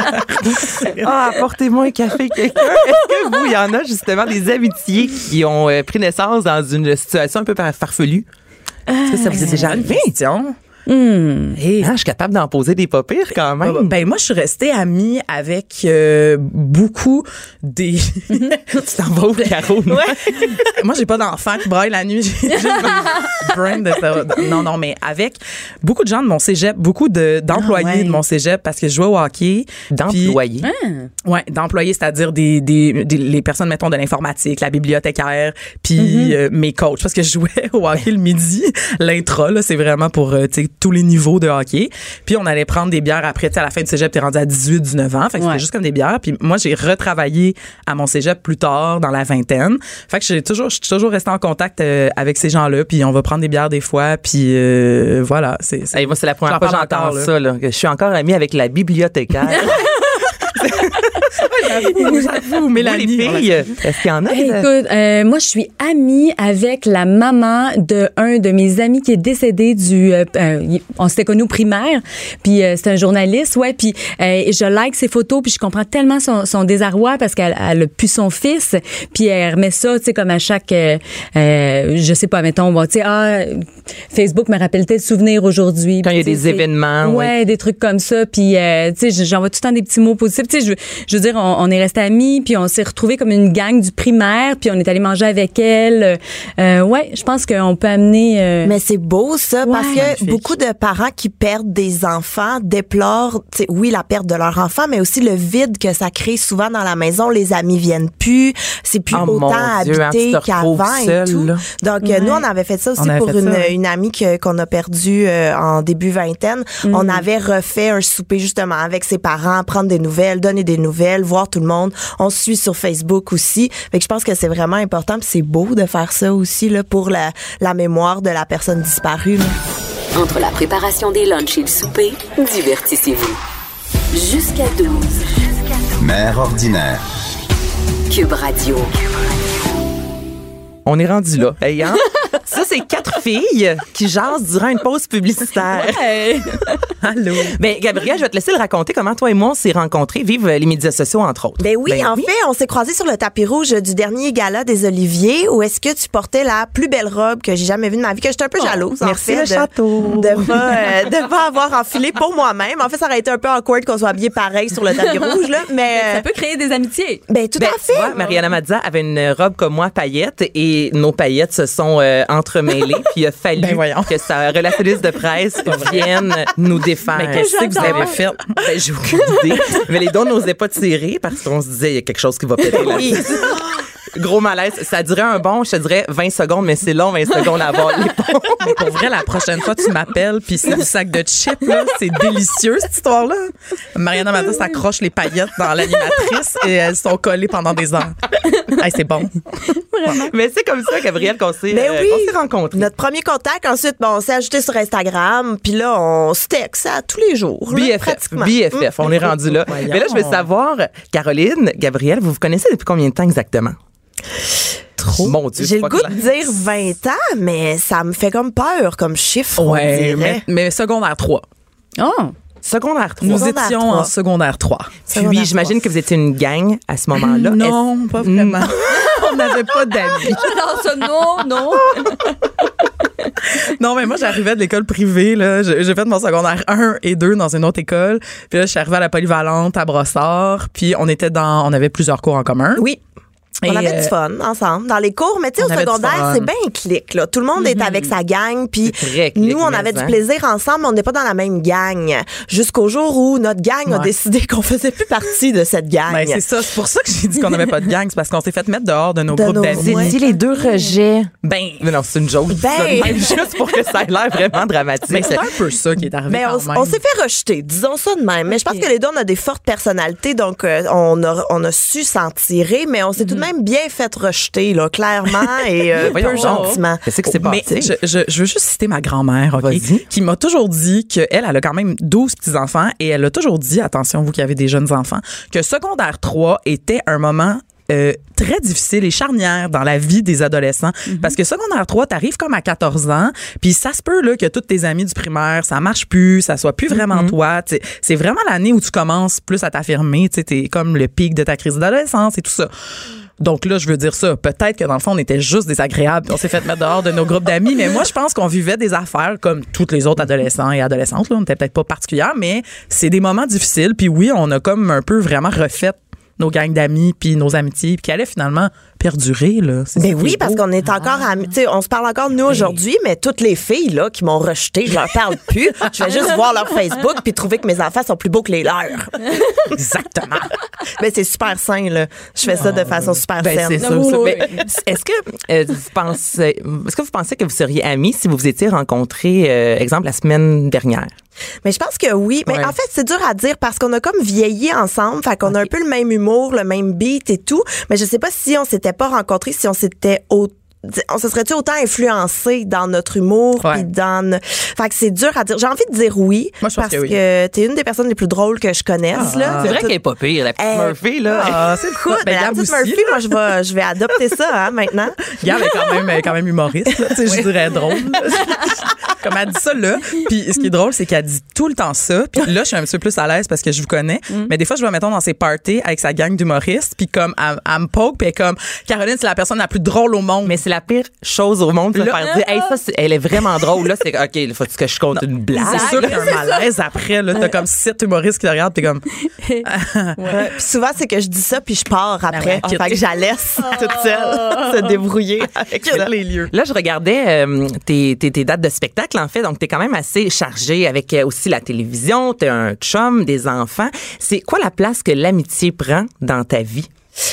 D: Ah, apportez-moi un café, quelqu'un. Est-ce que vous, il y en a justement des amitiés qui ont euh, pris naissance dans une situation un peu par- farfelue? Est-ce que ça vous est déjà arrivé?
F: Question.
D: Hey, hein, je suis capable d'en poser des pas pires quand même.
F: Ben moi, je suis restée amie avec euh, beaucoup des.
D: Tu t'en vas au carreau, non?
F: Moi, j'ai pas d'enfants qui braillent la nuit. J'ai juste un brain de ça. Non, non, mais avec beaucoup de gens de mon cégep, beaucoup de d'employés
E: Ah ouais.
F: de mon cégep parce que je jouais au hockey.
D: D'employés.
F: Puis- Ouais, d'employés, c'est-à-dire des, des, des les personnes mettons de l'informatique, la bibliothécaire, puis euh, mes coachs parce que je jouais au hockey le midi. L'intra là, c'est vraiment pour euh, tu sais tous les niveaux de hockey. Puis on allait prendre des bières après, tu sais à la fin du cégep, t'es rendu à dix-huit, dix-neuf ans, fait que
E: Ouais.
F: c'était juste comme des bières. Puis moi j'ai retravaillé à mon cégep plus tard dans la vingtaine. Fait que j'ai toujours je suis toujours restée en contact euh, avec ces gens-là, puis on va prendre des bières des fois, puis euh, voilà, c'est c'est-
D: Hey, moi, c'est la première
F: J'en
D: fois que
F: parle
D: j'entends
F: encore, là.
D: ça. Là, que je suis encore amie avec la bibliothécaire.
F: J'avoue, j'avoue, Mélanie.
D: Les filles, est-ce qu'il y en a?
E: Hey, écoute, euh, moi, je suis amie avec la maman de un de mes amis qui est décédé du... Euh, euh, on s'était connus au primaire, puis euh, c'est un journaliste, ouais, puis euh, je like ses photos, puis je comprends tellement son, son désarroi parce qu'elle elle a pu son fils, puis elle remet ça, tu sais, comme à chaque... Euh, euh, je sais pas, mettons, bon, tu sais, ah, Facebook me rappelle tel souvenir aujourd'hui.
D: Quand il y a des événements.
E: Ouais,
D: oui. Des
E: trucs comme ça, puis euh, tu sais, j'envoie tout le temps des petits mots positifs. Tu sais, je, je veux dire, on, on est restés amis, puis on s'est retrouvés comme une gang du primaire, puis on est allé manger avec elle. Euh, ouais, je pense qu'on peut amener... Euh...
G: Mais c'est beau, ça,
E: ouais,
G: parce que
F: magnifique.
G: Beaucoup de parents qui perdent des enfants déplorent, tu sais, oui, la perte de leur enfant, mais aussi le vide que ça crée souvent dans la maison. Les amis viennent plus, c'est plus
D: Oh,
G: autant
D: mon Dieu, hein,
G: habité
D: tu te retrouves
G: qu'avant et
D: seul,
G: tout.
D: là.
G: Donc,
E: Ouais.
G: euh, nous, on avait fait ça aussi
F: On avait
G: pour
F: fait
G: une,
F: ça, ouais.
G: une amie que, qu'on a perdue euh, en début vingtaine.
E: Mm.
G: On avait refait un souper, justement, avec ses parents, prendre des nouvelles, donner des nouvelles, voir tout le monde. On se suit sur Facebook aussi. Fait que je pense que c'est vraiment important, puis c'est beau de faire ça aussi, là, pour la, la mémoire de la personne disparue, là.
B: Entre la préparation des lunchs et le souper, divertissez-vous. Jusqu'à douze.
C: Mère ordinaire.
B: Cube Radio.
D: On est rendu là. Hey, hein? Ça, c'est quatre filles qui jasent durant une pause publicitaire.
E: Hey.
D: Allô. Ben, Gabrielle, je vais te laisser le raconter comment toi et moi on s'est rencontrés, vivre les médias sociaux, entre autres.
G: Ben oui, en fait, on s'est croisés sur le tapis rouge du dernier gala des Oliviers où est-ce que tu portais la plus belle robe que j'ai jamais vue de ma vie, que j'étais un peu jalouse, en
D: merci
G: fait.
D: le
G: de,
D: château.
G: De pas, euh, de pas avoir enfilé pour moi-même. En fait, ça aurait été un peu awkward qu'on soit habillés pareil sur le tapis rouge, là, mais...
E: Ça peut créer des amitiés.
G: Ben, tout
D: Ben,
G: à
D: tu
G: fait.
D: vois, Mariana Mazza avait une robe comme moi, paillettes, et nos paillettes se sont euh, entremêlées, puis il a fallu
F: Ben voyons.
D: que sa relationniste de presse vienne nous défaire.
F: Mais qu'est-ce que vous avez fait?
D: Ben, j'ai aucune idée. Mais les dons n'osaient pas tirer parce qu'on se disait, il y a quelque chose qui va péter là.
G: Oui.
D: Gros malaise. Ça durait un bon, je te dirais, vingt secondes, mais c'est long, vingt secondes à avoir les ponts.
F: Mais pour vrai, la prochaine fois, tu m'appelles, puis c'est du sac de chips, là. C'est délicieux, cette histoire-là. Mariana Mazza s'accroche les paillettes dans l'animatrice et elles sont collées pendant des heures. Hey, c'est bon.
D: Mais c'est comme ça, Gabrielle, qu'on s'est,
G: Ben
D: euh,
G: oui.
D: qu'on s'est rencontrés.
G: Notre premier contact, ensuite, bon, on s'est ajouté sur Instagram, puis là, on se texte ça tous les jours. là,
D: B F F,
G: pratiquement.
D: B F F, on est rendu là.
F: Voyons.
D: Mais là, je veux savoir, Caroline, Gabrielle, vous vous connaissez depuis combien de temps exactement? Trop. Mon Dieu,
G: J'ai
D: c'est
G: le
D: pas
G: goût
D: clair.
G: de dire vingt ans, mais ça me fait comme peur comme chiffre, on
F: Ouais,
G: dirait.
F: mais, mais secondaire trois.
E: Oh.
D: Secondaire trois.
F: Nous
G: Secondaire
F: étions
G: trois.
F: en secondaire trois.
G: Secondaire
D: Puis, j'imagine que vous étiez une gang à ce moment-là.
F: Non, pas vraiment. On n'avait pas d'amis.
E: Alors ça, non, non.
F: Non, mais moi, j'arrivais de l'école privée, là. J'ai j'ai fait mon secondaire un et deux dans une autre école. Puis là, je suis arrivée à la polyvalente à Brossard. Puis on était dans, on avait plusieurs cours en commun.
G: Oui. On
F: Et,
G: avait
F: euh,
G: du fun ensemble dans les cours, mais tu sais,
F: on
G: au
F: avait du
G: secondaire,
F: fun.
G: c'est bien clic, là. Tout le monde est avec sa gang, puis
D: C'est très clic,
G: nous, on
D: mais
G: avait
D: hein.
G: du plaisir ensemble, mais on n'est pas dans la même gang. Jusqu'au jour où notre gang a
F: Ouais.
G: décidé qu'on faisait plus partie de cette gang.
F: Ben, c'est ça. C'est pour ça que j'ai dit qu'on n'avait pas de gang. C'est parce qu'on s'est fait mettre dehors de nos
G: De
F: groupes
G: nos-
F: d'amis.
G: ouais.
D: Si les deux rejets.
F: Ben,
D: Mais non, c'est une joke.
G: Ben.
D: Ça de même, juste pour que ça ait l'air vraiment dramatique.
F: mais c'est un peu ça qui est arrivé
G: Mais on,
F: quand même.
G: on s'est fait rejeter, disons ça de même. Mais je pense que les deux, on a des fortes personnalités, donc euh, on, a, on a su s'en tirer, mais on s'est tout de même bien fait rejeter, là, clairement, et euh,
D: Voyons
G: peu
D: donc.
G: gentiment.
D: Qu'est-ce qui s'est
F: Mais
D: passé?
F: je, je, je veux juste citer ma grand-mère, OK,
D: Vas-y.
F: qui m'a toujours dit qu'elle, elle a quand même douze petits-enfants et elle a toujours dit, attention, vous qui avez des jeunes enfants, que secondaire trois était un moment euh, très difficile et charnière dans la vie des adolescents. Parce que secondaire trois, t'arrives comme à quatorze ans, puis ça se peut là que tous tes amis du primaire, ça marche plus, ça soit plus vraiment toi. T'sais, c'est vraiment l'année où tu commences plus à t'affirmer. Tu es comme le pic de ta crise d'adolescence et tout ça. Donc là, je veux dire ça. Peut-être que dans le fond, on était juste désagréables. puis On s'est fait mettre dehors de nos groupes d'amis. Mais moi, je pense qu'on vivait des affaires comme tous les autres adolescents et adolescentes. Là. On n'était peut-être pas particuliers, mais c'est des moments difficiles. Puis oui, on a comme un peu vraiment refait nos gangs d'amis puis nos amitiés puis qui allaient finalement perdurer là. C'est
G: Ben
F: ça qui
G: oui,
F: est
G: parce
F: beau.
G: qu'on est encore amis. Tu sais, on se parle encore de nous aujourd'hui, mais toutes les filles là qui m'ont rejeté, je leur parle plus. Je vais juste voir leur Facebook puis trouver que mes enfants sont plus beaux que les leurs.
F: Exactement.
G: Mais c'est super sain là. Je fais ça de façon super
D: Ben,
G: saine.
D: c'est ça.
E: Oui,
D: ça.
E: oui.
D: Mais est-ce que euh, vous pensez, est-ce que vous pensez que vous seriez amis si vous vous étiez rencontrés, euh, exemple, la semaine dernière?
G: Mais je pense que oui. Mais
F: Ouais.
G: en fait, c'est dur à dire parce qu'on a comme vieilli ensemble. Fait qu'on a un peu le même humour, le même beat et tout. Mais je sais pas si on s'était pas rencontrés, si on s'était au- on se serait-tu autant influencé dans notre humour
F: Ouais.
G: puis dans fait que c'est dur à dire. J'ai envie de dire oui
F: Moi, je pense
G: parce
F: que oui.
G: que t'es une des personnes les plus drôles que je connaisse là.
D: C'est vrai qu'elle est pas pire, la petite
G: Eh,
D: Murphy, là.
F: Ah, c'est le coup.
G: Écoute,
F: Ben,
G: la
F: Gab
G: petite
F: aussi,
G: Murphy,
F: là.
G: moi je vais je vais adopter ça hein, maintenant.
F: Gab est quand même, est quand même humoriste, là, tu sais, je dirais drôle. Comme elle dit ça là. Puis ce qui est drôle, c'est qu'elle dit tout le temps ça. Puis là, je suis un petit peu plus à l'aise parce que je vous connais. Mais des fois, je vais mettons dans ses parties avec sa gang d'humoristes. Puis comme elle, elle me poke, puis elle est comme Caroline, c'est la personne la plus drôle au monde.
D: Mais c'est la pire chose au monde de
F: Là-
D: faire dire, hey, ça, c'est- elle est vraiment drôle. Là, c'est OK, il faut que je compte une blague.
F: c'est sûr qu'il y a un malaise après. Là, t'as comme sept humoristes qui te regardent, t'es comme.
G: Ouais. Puis souvent c'est que je dis ça puis je pars après.
F: ouais.
G: Fait que je la laisse toute seule se débrouiller avec ça.
F: les lieux.
D: Là, je regardais euh, tes, tes, tes dates de spectacle, en fait. Donc, t'es quand même assez chargé avec euh, aussi la télévision. T'as un chum, des enfants. C'est quoi la place que l'amitié prend dans ta vie?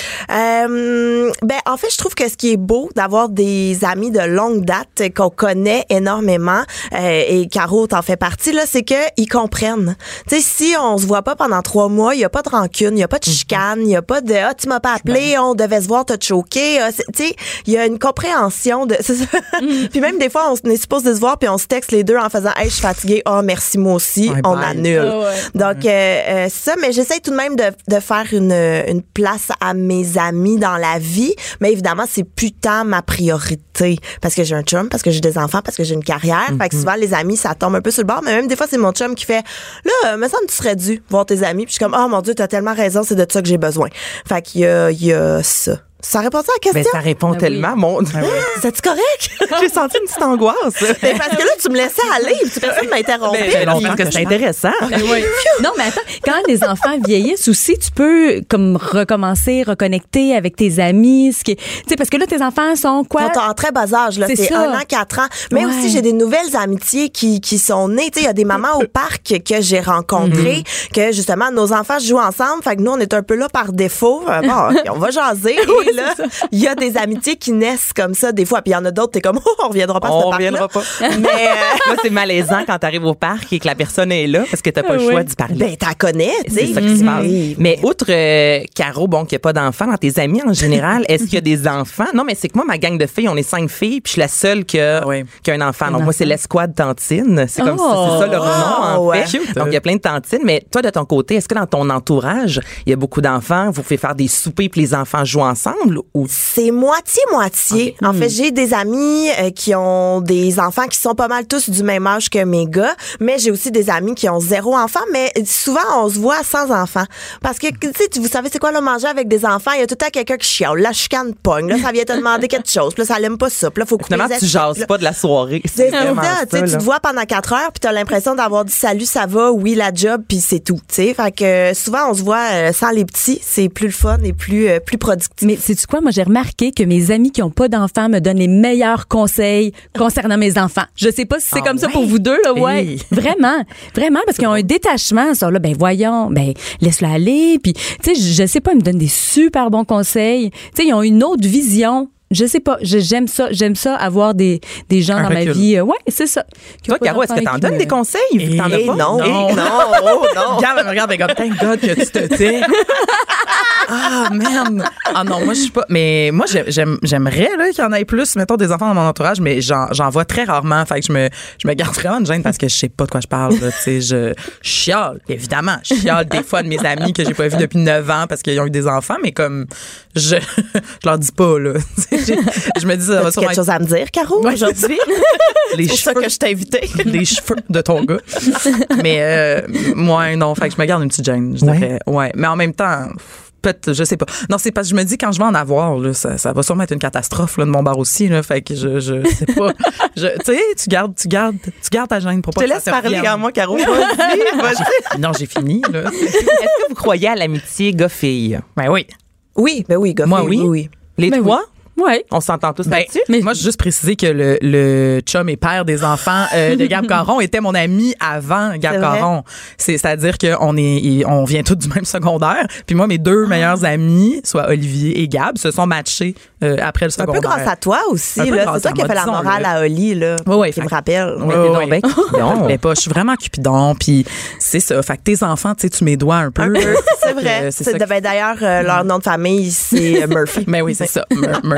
G: Euh, ben en fait, je trouve que ce qui est beau d'avoir des amis de longue date qu'on connaît énormément euh, et Caro t'en fait partie là, c'est que ils comprennent. Tu sais, si on se voit pas pendant trois mois, il y a pas de rancune, il y a pas de chicane, il y a pas de ah tu m'as pas appelé, on devait se voir, t'as choqué. Ah, c'est- tu sais, il y a une compréhension de. C'est ça. Puis même des fois, on est supposé se voir puis on se texte les deux en faisant hey je suis fatiguée, oh merci moi aussi,
F: Ouais,
G: on
F: bye.
G: annule.
E: Ah ouais.
G: Donc euh, euh, c'est ça, mais j'essaie tout de même de, de faire une, une place à mes amis dans la vie, mais évidemment c'est plus tant ma priorité parce que j'ai un chum, parce que j'ai des enfants, parce que j'ai une carrière. Fait que souvent les amis ça tombe un peu sur le bord, mais même des fois c'est mon chum qui fait là, euh, me semble que tu serais dû voir tes amis. Puis je suis comme oh mon Dieu t'as tellement raison, c'est de ça que j'ai besoin. Fait qu'il y a, il y a ça. Ça répond à la
D: Ben,
G: question?
D: ça répond
E: oui.
D: tellement, mon Dieu.
G: C'est-tu correct?
D: J'ai senti une petite angoisse.
G: Ben, parce que là, tu me laissais aller, puis personne m'interrompait.
D: Ben, non,
G: puis-
D: parce que c'est intéressant.
E: Non, mais attends, quand les enfants vieillissent aussi, tu peux comme recommencer, reconnecter avec tes amis, ce qui est, tu sais, parce que là tes enfants sont quoi?
G: Sont en très bas âge, là.
E: C'est
G: C'est
E: ça.
G: un an, quatre ans. Mais
E: Ouais.
G: aussi, j'ai des nouvelles amitiés qui, qui sont nées. Tu sais, il y a des mamans au parc que j'ai rencontrées, que justement, nos enfants jouent ensemble. Fait que nous, on est un peu là par défaut. Euh, Bon, ok, on va jaser. Et là, il y a des amitiés qui naissent comme ça, des fois. Puis il y en a d'autres, t'es comme, oh, on reviendra pas à ce
D: On
G: parc-là.
D: reviendra pas.
G: Mais, euh,
D: Là, c'est malaisant quand t'arrives au parc et que la personne est là parce que t'as pas le
E: Ah
D: choix
E: ouais.
D: d'y parler.
G: ben, t'en connais, tu sais.
D: C'est ça qui se passe.
G: Oui.
D: Mais outre euh, Caro, bon, qu'il n'y a pas d'enfants dans tes amis en général, est-ce qu'il y a des enfants? Non, mais c'est que moi, ma gang de filles, on est cinq filles, puis je suis la seule qui a,
F: Ah oui.
D: qui a un enfant. Donc, moi, c'est l'escouade tantine. C'est comme
E: Oh.
D: ça, c'est ça leur nom, en
G: Oh, ouais.
D: fait.
F: Cute.
D: Donc, il y a plein de tantines. Mais toi, de ton côté, est-ce que dans ton entourage, il y a beaucoup d'enfants? Vous pouvez faire des soupers puis les enfants jouent ensemble? Ou
G: C'est moitié-moitié. En fait, j'ai des amis euh, qui ont des enfants qui sont pas mal tous du même âge que mes gars, mais j'ai aussi des amis qui ont zéro enfant, mais souvent, on se voit sans enfants. Parce que, tu sais, vous savez c'est quoi, là, manger avec des enfants, il y a tout le temps quelqu'un qui chiale, la chicane pogne, là, ça vient te demander quelque chose, puis là, ça l'aime pas ça, puis là, faut couper
D: finalement,
G: les
D: tu
G: assiettes,
D: jases
G: là.
D: pas de la soirée.
G: C'est ça,
D: vraiment
G: tu sais, tu
D: là.
G: te vois pendant quatre heures, puis t'as l'impression d'avoir dit salut, ça va, oui, la job, puis c'est tout, tu sais. Fait que euh, souvent, on se voit euh, sans les petits, c'est plus le fun et plus, euh, plus productif.
E: Mais sais-tu quoi? Moi, j'ai remarqué que mes amis qui ont pas d'enfants me donnent les meilleurs conseils concernant mes enfants. Je sais pas si c'est
F: Ah
E: comme ça
F: ouais?
E: pour vous deux, là, ouais.
F: Hey.
E: Vraiment. Vraiment, parce qu'ils ont un détachement. Ils sont là, ben voyons, ben laisse-le aller. Puis, tu sais, je je sais pas, ils me donnent des super bons conseils. Tu sais, ils ont une autre vision. Je sais pas, je- j'aime ça, j'aime ça avoir des, des gens
F: Un
E: dans ma
F: recul.
E: vie. Euh, Ouais, c'est ça. Qui ont
D: Toi,
E: pas
D: Caro, est-ce que
E: d'enfants
D: t'en
E: et qui
D: donnes
E: me-
D: des conseils?
F: Et
D: T'en as
G: Eh
D: pas?
G: non,
F: Non.
G: eh non, oh non.
F: Regarde, elle me regarde, elle est comme, thank God que tu te tais. Ah, merde. Ah non, moi, je suis pas. Mais moi, j'ai- j'aime- j'aimerais là, qu'il y en ait plus, mettons, des enfants dans mon entourage, mais j'en j'en vois très rarement. Fait que je me, je me garde vraiment de gêne parce que je sais pas de quoi je parle. là, tu sais, je chiale, évidemment. Je chiale des fois de mes amis que j'ai pas vus depuis neuf ans parce qu'ils ont eu des enfants, mais comme, je, je leur dis pas, là. Tu sais, j'ai- je me dis, ça va
G: As-tu
F: sûrement
G: quelque chose à me dire, Caro,
F: Ouais,
G: aujourd'hui?
F: les
G: C'est pour ça
F: cheveux.
G: que je t'ai invité.
F: les cheveux de ton gars. Mais euh, moi, non, fait que je me garde une petite gêne, je
D: Ouais.
F: dirais. Ouais. Mais en même temps, peut-être, je sais pas. Non, c'est parce que je me dis, quand je vais en avoir, là, ça, ça va sûrement être une catastrophe là, de mon bar aussi. Là, fait que je, je sais pas. Je- Tu sais, tu gardes, tu gardes, tu gardes ta gêne pour
D: Je
F: pas
D: te
F: que
D: laisse
F: ça te
D: parler
F: revienne.
D: à moi, Caro. Vas-y, vas-y.
F: Non, j'ai fini. Là.
D: Est-ce que vous croyez à l'amitié gars-fille?
F: Ben oui.
G: Oui, ben oui, gars.
D: Moi, oui.
G: oui, oui.
D: Les
E: Ben
D: trois?
E: Ouais.
D: On s'entend tous
F: Ben,
D: là-dessus?
F: mais moi, je veux juste préciser que le, le chum et père des enfants euh, de Gab Caron était mon ami avant Gab
G: C'est vrai?
F: Caron. C'est, c'est-à-dire qu'on est, on vient tous du même secondaire. Puis moi, mes deux meilleurs amis, soit Olivier et Gab, se sont matchés euh, après le
G: Un
F: secondaire.
G: peu grâce à toi aussi,
F: Un peu
G: là.
F: grâce
G: C'est toi
F: à
G: qui as
F: moi,
G: fait la
F: disons-le.
G: morale à Oli, là.
F: Ouais, ouais,
G: qui
F: fait
G: me
F: que-
G: rappelle.
F: Ouais,
D: Mais
F: ouais,
D: t'es donc
F: ouais.
D: ben Cupidon.
F: Mais pas, je suis vraiment Cupidon. Puis c'est ça. Fait que tes enfants, tu sais, tu mets doigts un peu.
G: Un peu, c'est
F: Fait que,
G: vrai.
F: euh,
G: C'est
F: ça
G: ben, d'ailleurs, euh, leur nom de famille, c'est euh, Murphy.
F: Mais oui, c'est ça. Mur- Murphy.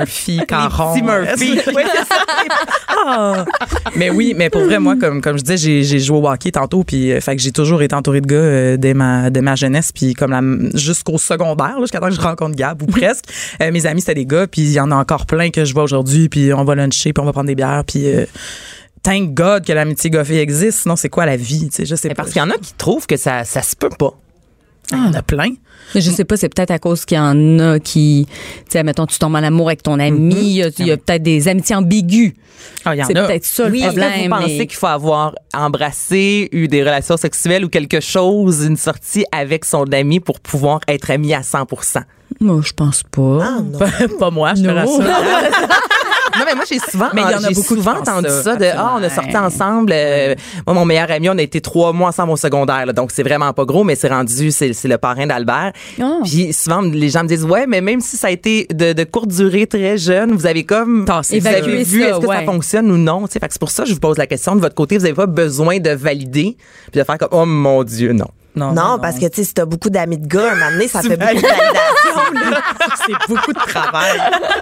F: Murphy, Caron.
D: Petit Murphy. Oui, c'est ça.
F: Ah. Mais oui, mais pour vrai, moi, comme, comme je disais, j'ai, j'ai joué au hockey tantôt, puis euh, fait que j'ai toujours été entourée de gars euh, dès, ma, dès ma jeunesse, puis comme la, jusqu'au secondaire, là, jusqu'à temps que je rencontre Gab, ou presque. Euh, mes amis, c'était des gars, puis il y en a encore plein que je vois aujourd'hui, puis on va luncher, puis on va prendre des bières, puis... Euh, thank God que l'amitié gars-fille existe, sinon c'est quoi la vie, tu sais, je sais
D: Mais
F: pas.
D: parce qu'il y en a qui trouvent que ça, ça se peut pas.
F: Il y en a plein.
E: Mais je sais pas, c'est peut-être à cause qu'il y en a qui, tu sais, mettons, tu tombes en amour avec ton ami, il y a, il y a peut-être des amitiés ambiguës.
F: Ah, il y en
E: C'est
F: a.
E: peut-être ça
D: Oui,
E: le
D: est-ce que
E: problème.
D: vous pensez
E: mais-
D: qu'il faut avoir embrassé, eu des relations sexuelles ou quelque chose, une sortie avec son ami pour pouvoir être ami à cent pour cent?
E: Moi, je pense pas.
G: Ah, non.
F: Pas, pas moi, je te rassure.
D: Non, mais moi, j'ai souvent,
F: Mais il y en a
D: j'ai
F: beaucoup qui
D: souvent
F: pensent
D: entendu
F: ça,
D: ça, de, ah, on a
F: absolument.
D: sorti ensemble. euh, moi, mon meilleur ami, on a été trois mois ensemble au secondaire, là, donc c'est vraiment pas gros, mais c'est rendu, c'est, c'est le parrain d'Albert.
E: Ah.
D: Puis souvent, les gens me disent, ouais, mais même si ça a été de, de courte durée, très jeune, vous avez comme,
F: Tassé.
D: vous avez
E: Évacué
D: vu,
E: ça,
D: est-ce que
E: ouais.
D: ça fonctionne ou non, tu sais. Fait que c'est pour ça que je vous pose la question de votre côté, vous avez pas besoin de valider, puis de faire comme, oh mon Dieu, non.
G: Non, parce que, tu sais, si t'as beaucoup d'amis de gars, un moment donné, ça fait beaucoup de validation, là.
F: c'est beaucoup de travail.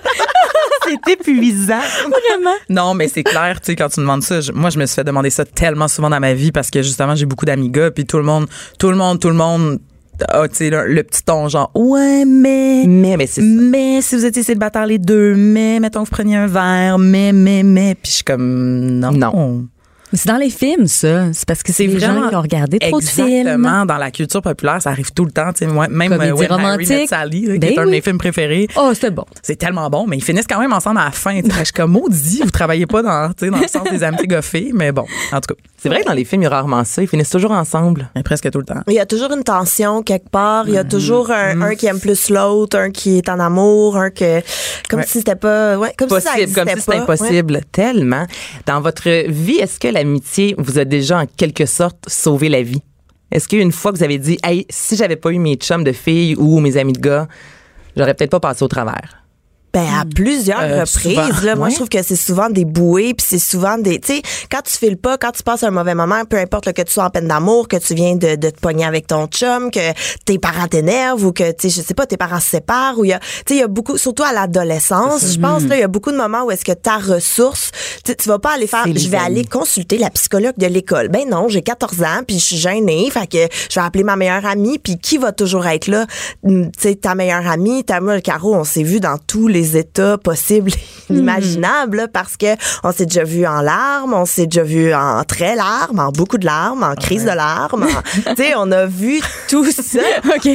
D: C'est épuisant.
F: Non, mais c'est clair, tu sais, quand tu me demandes ça, je- moi, je me suis fait demander ça tellement souvent dans ma vie parce que justement, j'ai beaucoup d'amis gars, puis tout le monde, tout le monde, tout le monde, ah, tu sais, le, le petit ton genre, ouais, mais,
D: Mais, mais c'est ça.
F: mais si vous étiez célibataires les deux, mais, mettons que vous preniez un verre, mais, mais, mais, puis je suis comme, non.
D: Non.
E: Mais c'est dans les films, ça. C'est parce que c'est les gens qui ont regardé trop de films.
F: Exactement. Dans la culture populaire, ça arrive tout le temps. Tu sais, moi, même
E: Comédie
F: euh, When Harry
E: romantique.
F: Met Sally, là, qui
E: Ben
F: est un de
E: oui.
F: mes films préférés.
E: Oh, c'était bon.
F: C'est tellement bon, mais ils finissent quand même ensemble à la fin. tu sais. Je suis comme, maudit, vous travaillez pas dans, tu sais, dans le sens des amitiés goffées, mais bon, en tout cas,
D: C'est vrai que dans les films, il y a rarement ça. Ils finissent toujours ensemble.
F: mais presque tout le temps.
G: Il y a toujours une tension quelque part. Il y a toujours un, un qui aime plus l'autre, un qui est en amour, un que comme
F: Ouais.
G: si c'était pas, ouais, comme si ça
D: Possible, comme
G: existait
D: si c'était
G: pas.
D: impossible. Tellement. Dans votre vie, est-ce que l'amitié vous a déjà en quelque sorte sauvé la vie? Est-ce qu'une fois que vous avez dit, hey, si j'avais pas eu mes chums de filles ou mes amis de gars, j'aurais peut-être pas passé au travers?
G: Ben, à plusieurs
F: Euh,
G: reprises,
F: souvent,
G: là. Moi,
F: ouais.
G: je trouve que c'est souvent des bouées, puis c'est souvent des, tu sais, quand tu files pas, quand tu passes un mauvais moment, peu importe là, que tu sois en peine d'amour, que tu viens de, de te pogner avec ton chum, que tes parents t'énervent ou que, tu sais, je sais pas, tes parents se séparent ou il y a, tu sais, il y a beaucoup, surtout à l'adolescence, je pense, là, il y a beaucoup de moments où est-ce que ta ressource, tu sais, tu vas pas aller faire,
D: C'est les
G: je vais
D: amis.
G: aller consulter la psychologue de l'école. Ben non, j'ai quatorze ans, puis je suis gênée, fait que je vais appeler ma meilleure amie, puis qui va toujours être là? Tu sais, ta meilleure amie, ta moi, le Caro, on s'est vu dans tous les états possibles et inimaginables, là, parce que on s'est déjà vu en larmes, on s'est déjà vu en très larmes, en beaucoup de larmes, en crise de larmes, en- tu sais, on a vu tout ça.
E: OK.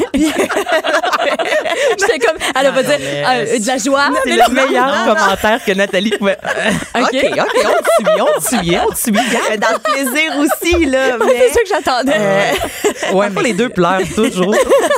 E: J'étais comme, elle a pas dit euh, de la joie.
D: C'est
E: mais
D: le meilleur commentaire que Nathalie pouvait. OK, OK, on te suit, on te suit, on te suit.
G: Euh, Dans le plaisir aussi, là.
E: C'est
G: Mais,
E: ça que j'attendais.
G: euh,
D: Ouais, mais les deux pleurent toujours.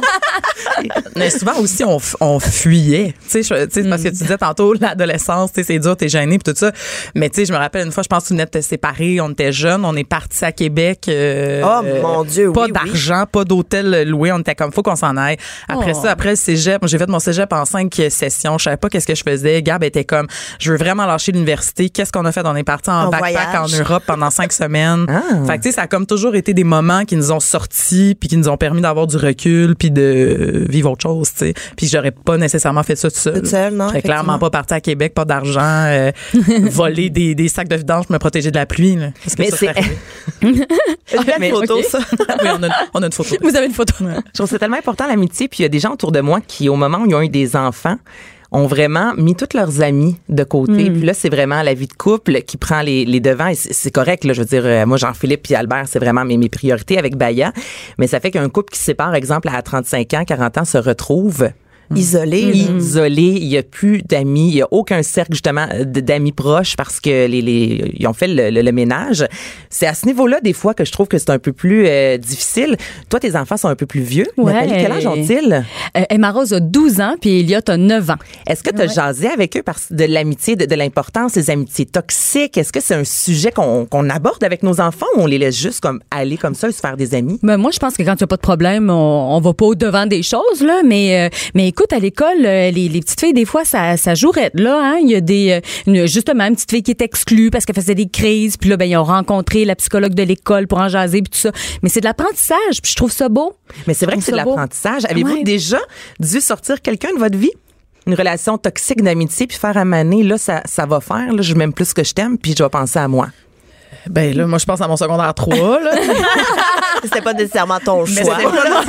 F: Mais souvent aussi, on, f- on fuyait. Tu sais, je- tu sais, parce que tu disais tantôt, l'adolescence, tu sais, c'est dur, t'es gêné, puis tout ça. Mais tu sais, je me rappelle une fois, je pense que tu venais de te séparer, on était jeunes, on est partis à Québec. euh,
G: Oh, mon Dieu,
F: Pas
G: oui, oui.
F: d'argent, pas d'hôtel loué, on était comme, faut qu'on s'en aille. Après
E: Oh.
F: ça, après le cégep, moi, j'ai fait mon cégep en cinq sessions, je savais pas qu'est-ce que je faisais. Gab était comme, je veux vraiment lâcher l'université. Qu'est-ce qu'on a fait? On est parti en,
G: En
F: backpack
G: voyage.
F: en Europe pendant cinq semaines.
D: Ah.
F: Fait que tu sais, ça a comme toujours été des moments qui nous ont sortis puis qui nous ont permis d'avoir du recul puis de vivre autre chose, tu sais. Puis j'aurais pas nécessairement fait ça tout seul.
G: Toute seule, non,
F: J'aurais clairement
G: effectivement.
F: pas parti à Québec, pas d'argent, euh, voler des, des sacs de vidange pour me protéger de la pluie, là. Parce que
D: Mais
F: ça,
D: c'est-
F: c'est arrivé.
G: une belle
D: Mais-
G: photo,
D: ok.
G: ça.
F: Oui, on a, on a une photo.
E: Vous avez une photo.
D: Je trouve que c'est tellement important l'amitié. Puis il y a des gens autour de moi qui, au moment où ils ont eu des enfants, ont vraiment mis tous leurs amis de côté. Puis là, c'est vraiment la vie de couple qui prend les, les devants. Et c'est c'est correct, là. Je veux dire, euh, moi, Jean-Philippe puis Albert, c'est vraiment mes, mes priorités avec Baya. Mais ça fait qu'un couple qui se sépare, exemple, à trente-cinq ans, quarante ans, se retrouve
G: Isolé. là.
D: isolé, il y a plus d'amis, il y a aucun cercle justement d- d'amis proches parce que les, les ils ont fait le, le- le ménage. C'est à ce niveau-là des fois que je trouve que c'est un peu plus euh, difficile. Toi, tes enfants sont un peu plus vieux.
E: Ouais.
D: Nathalie, quel âge ont-ils?
E: Euh, Emma Rose a douze ans, puis Elliot a neuf ans.
D: Est-ce que tu as jasé avec eux parce de l'amitié, de, de l'importance des amitiés toxiques? Est-ce que c'est un sujet qu'on qu'on aborde avec nos enfants ou on les laisse juste comme aller comme ça et se faire des amis?
E: Ben, moi, je pense que quand il n'y a pas de problème, on, on va pas au-devant des choses, là. Mais, euh, mais écoute, à l'école, euh, les, les petites filles, des fois, ça, ça jouerait là, hein. Il y a des, euh, une, justement, une petite fille qui est exclue parce qu'elle faisait des crises. Puis là, ben, ils ont rencontré la psychologue de l'école pour en jaser, puis tout ça. Mais c'est de l'apprentissage, puis je trouve ça beau.
D: Mais c'est vrai
E: Je
D: que c'est de
E: trouve ça beau.
D: l'apprentissage. Avez-vous
E: Ouais.
D: déjà dû sortir quelqu'un de votre vie? une relation toxique d'amitié puis faire à maner, là, ça, ça va faire. Là, je m'aime plus que je t'aime puis je vais penser à moi.
F: Ben là, moi, je pense à mon secondaire trois, là.
G: C'était pas nécessairement ton
F: Mais
G: choix.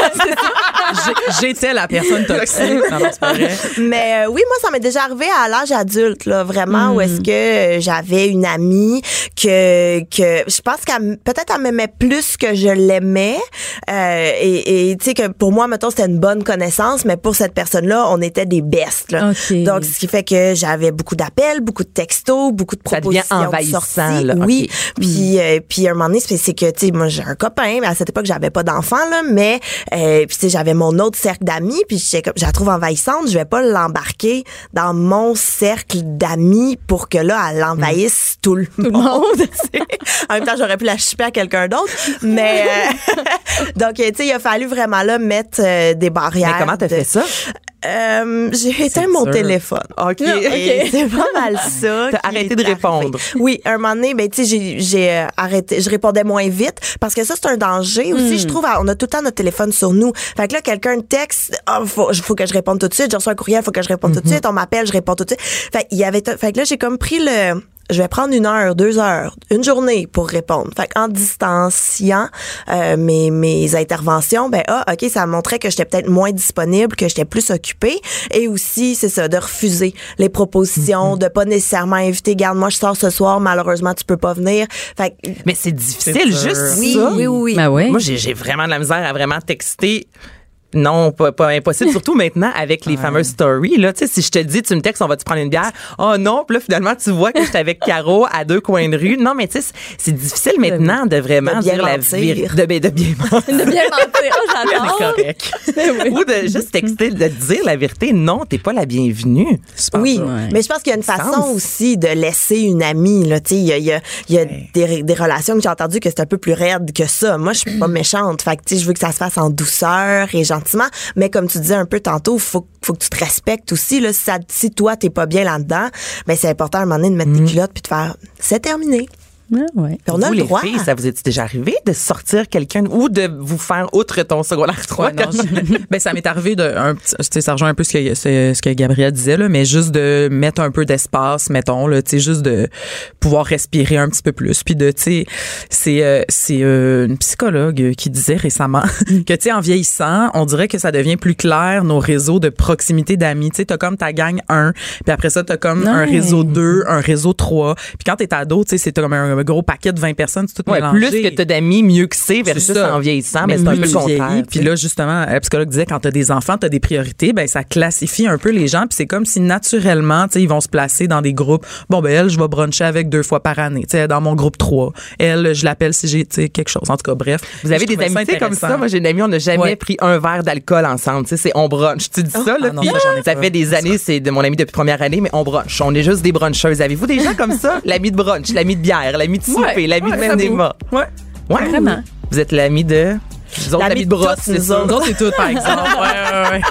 F: J'ai- J'étais la personne toxique. Non, non, c'est pas vrai.
G: Mais euh, oui, moi, ça m'est déjà arrivé à l'âge adulte, là, vraiment,
F: Mm.
G: où est-ce que euh, j'avais une amie que, que je pense qu'elle, peut-être elle m'aimait plus que je l'aimais. Euh, et et tu sais, que pour moi, mettons, c'était une bonne connaissance, mais pour cette personne-là, on était des bestes, là.
E: OK.
G: Donc, ce qui fait que j'avais beaucoup d'appels, beaucoup de textos, beaucoup de
D: Ça devient
G: propositions de
D: envahissant,
G: sorties.
D: là.
G: Oui.
D: OK.
G: Puis, euh, puis, à un moment donné, c'est c'est que, tu sais, moi, j'ai un copain, mais à cette époque, j'avais pas d'enfant, là, mais, euh, puis, tu sais, j'avais mon autre cercle d'amis, puis j'étais comme, je la trouve envahissante, je vais pas l'embarquer dans mon cercle d'amis pour que là, elle envahisse tout le monde. tu sais. En même temps, j'aurais pu la chipper à quelqu'un d'autre, mais, euh, donc, tu sais, il a fallu vraiment, là, mettre euh, des barrières.
D: Mais comment t'as
G: de-
D: fait ça?
G: Euh, j'ai éteint mon
F: dur.
G: téléphone.
D: OK.
G: Et c'est pas mal ça.
D: T'as
G: qui
D: arrêté
G: est
D: de
G: arrivé.
D: répondre.
G: Oui, un moment donné, ben tu sais, j'ai, j'ai euh, arrêté, je répondais moins vite parce que ça c'est un danger aussi. Je trouve, on a tout le temps notre téléphone sur nous. Fait que là, quelqu'un texte, oh, faut, faut que je réponde tout de suite. J'ai reçu un courriel, faut que je réponde tout de suite. On m'appelle, je réponds tout de suite. Fait il y avait, t- fait que là, j'ai comme pris le. Je vais prendre une heure, deux heures, une journée pour répondre. Fait qu'en distanciant euh, mes mes interventions, ben ah ok, ça montrait que j'étais peut-être moins disponible, que j'étais plus occupée, et aussi c'est ça de refuser les propositions, de pas nécessairement inviter. Garde, moi je sors ce soir, malheureusement tu peux pas venir. Fait que,
D: Mais c'est difficile,
F: C'est sûr.
D: juste
G: oui,
D: ça.
G: oui, oui, oui.
E: Ben ouais.
D: Moi, j'ai j'ai vraiment de la misère à vraiment texter. Non, pas, pas impossible, surtout maintenant avec les fameuses stories. Là, tu sais, si je te dis, tu me textes, on va-tu prendre une bière? Oh non, puis là, finalement, tu vois que j'étais avec Caro à deux coins de rue. Non, mais tu sais, c'est- c'est difficile maintenant de vraiment
G: De bien
D: dire la
G: mentir.
D: vérité. De, de bien mentir.
E: De bien mentir. Oh,
D: C'est
E: j'adore.
D: correct. Ou de juste texter, de dire la vérité. Non, t'es pas la bienvenue.
G: Oui,
E: Ouais.
G: mais je pense qu'il y a une
D: Sens.
G: façon aussi de laisser une amie. Là, tu sais, il y a, il y a, il y a des, des relations que j'ai entendues que c'est un peu plus raide que ça. Moi, je suis pas méchante. Fait que tu sais, je veux que ça se fasse en douceur et gentiment. Mais comme tu disais un peu tantôt, faut faut que tu te respectes aussi. Là, si, ça, si toi t'es pas bien là-dedans, ben c'est important à un moment donné de mettre tes culottes puis de faire c'est terminé.
E: Ah, ouais.
G: Puis on a
D: vous,
G: le
D: les
G: droit.
D: filles, ça vous est déjà arrivé de sortir quelqu'un ou de vous faire outre ton secondaire trois?
F: Ouais, non, je- ben ça m'est arrivé de un petit, tu sais, ça rejoint un peu ce que ce, ce que Gabrielle disait là, mais juste de mettre un peu d'espace, mettons là, tu sais, juste de pouvoir respirer un petit peu plus, puis de, tu sais, c'est euh, c'est euh, une psychologue qui disait récemment que, tu sais, en vieillissant, on dirait que ça devient plus clair nos réseaux de proximité d'amis. Tu sais, t'as comme ta gang un, puis après ça t'as comme un
E: Ouais.
F: réseau deux, un réseau trois, puis quand t'es ado, tu sais, c'est comme un, un gros paquet de vingt personnes, c'est tout
D: Ouais,
F: mélangé.
D: plus que t'as d'amis, mieux que c'est, versus
F: C'est ça.
D: en vieillissant, mais
F: Mais
D: c'est un
F: plus
D: peu le
F: tu
D: contraire.
F: vieillis,
D: tu
F: Puis
D: sais.
F: là, justement, la psychologue disait, quand t'as des enfants, t'as des priorités, ben ça classifie un peu les gens, puis c'est comme si naturellement, tu sais, ils vont se placer dans des groupes. Bon, ben elle, je vais bruncher avec deux fois par année, tu sais, dans mon groupe trois. Elle, je l'appelle si j'ai, tu sais, quelque chose. En tout cas, bref.
D: Vous avez
F: Je
D: des
F: trouvais ça
D: amitiés comme ça?
F: intéressant.
D: Moi, j'ai une amie, on n'a jamais
F: Ouais.
D: pris un verre d'alcool ensemble. Tu sais, c'est on brunch. Tu dis ça, là?
F: Ah non,
D: puis
F: ça, j'en ai
D: ça
F: pas.
D: fait des années, c'est de mon ami depuis première année, mais on brunch. On est juste des bruncheuses. Avez-vous des gens comme ça? L'ami de brunch, l'ami de bière, l'ami de souper,
F: Ouais,
D: l'ami
F: ouais,
D: de
F: j'avoue.
D: cinéma.
F: Ouais.
D: Ouais.
E: Vraiment.
D: Vous êtes l'ami de. Vous autres,
G: L'ami
D: l'ami de
G: de
D: brosse,
G: toutes,
D: c'est
G: nous
D: ça.
G: autres.
F: Nous autres, c'est tout, par exemple. Ouais, ouais, ouais.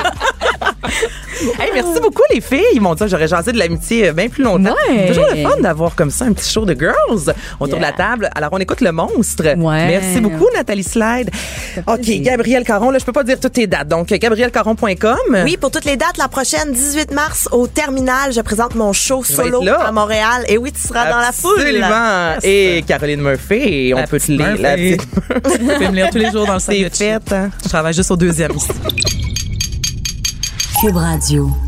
D: Hey, merci beaucoup, les filles. Mon Dieu, j'aurais jasé de l'amitié euh, bien plus longtemps.
E: Ouais.
D: C'est toujours le fun d'avoir comme ça un petit show de girls autour de la table. Alors, on écoute Le Monstre.
E: Ouais.
D: Merci beaucoup, Nathalie Slide. OK, Gabrielle Caron, là, je peux pas dire toutes tes dates. Donc, gabrielle caron point com.
G: Oui, pour toutes les dates, la prochaine, dix-huit mars, au Terminal, je présente mon show
D: vas
G: solo
D: être là.
G: à Montréal. Et oui, tu seras dans la foule.
D: Absolument. Et Caroline Murphy, et on
F: La
D: peut te
F: petite
D: lire. La
F: Murphy.
D: petite
F: Tu peux me lire tous les jours dans le
D: C'est
F: sandwich.
D: fait, hein?
F: Je travaille juste au deuxième ici.
B: Cube Radio.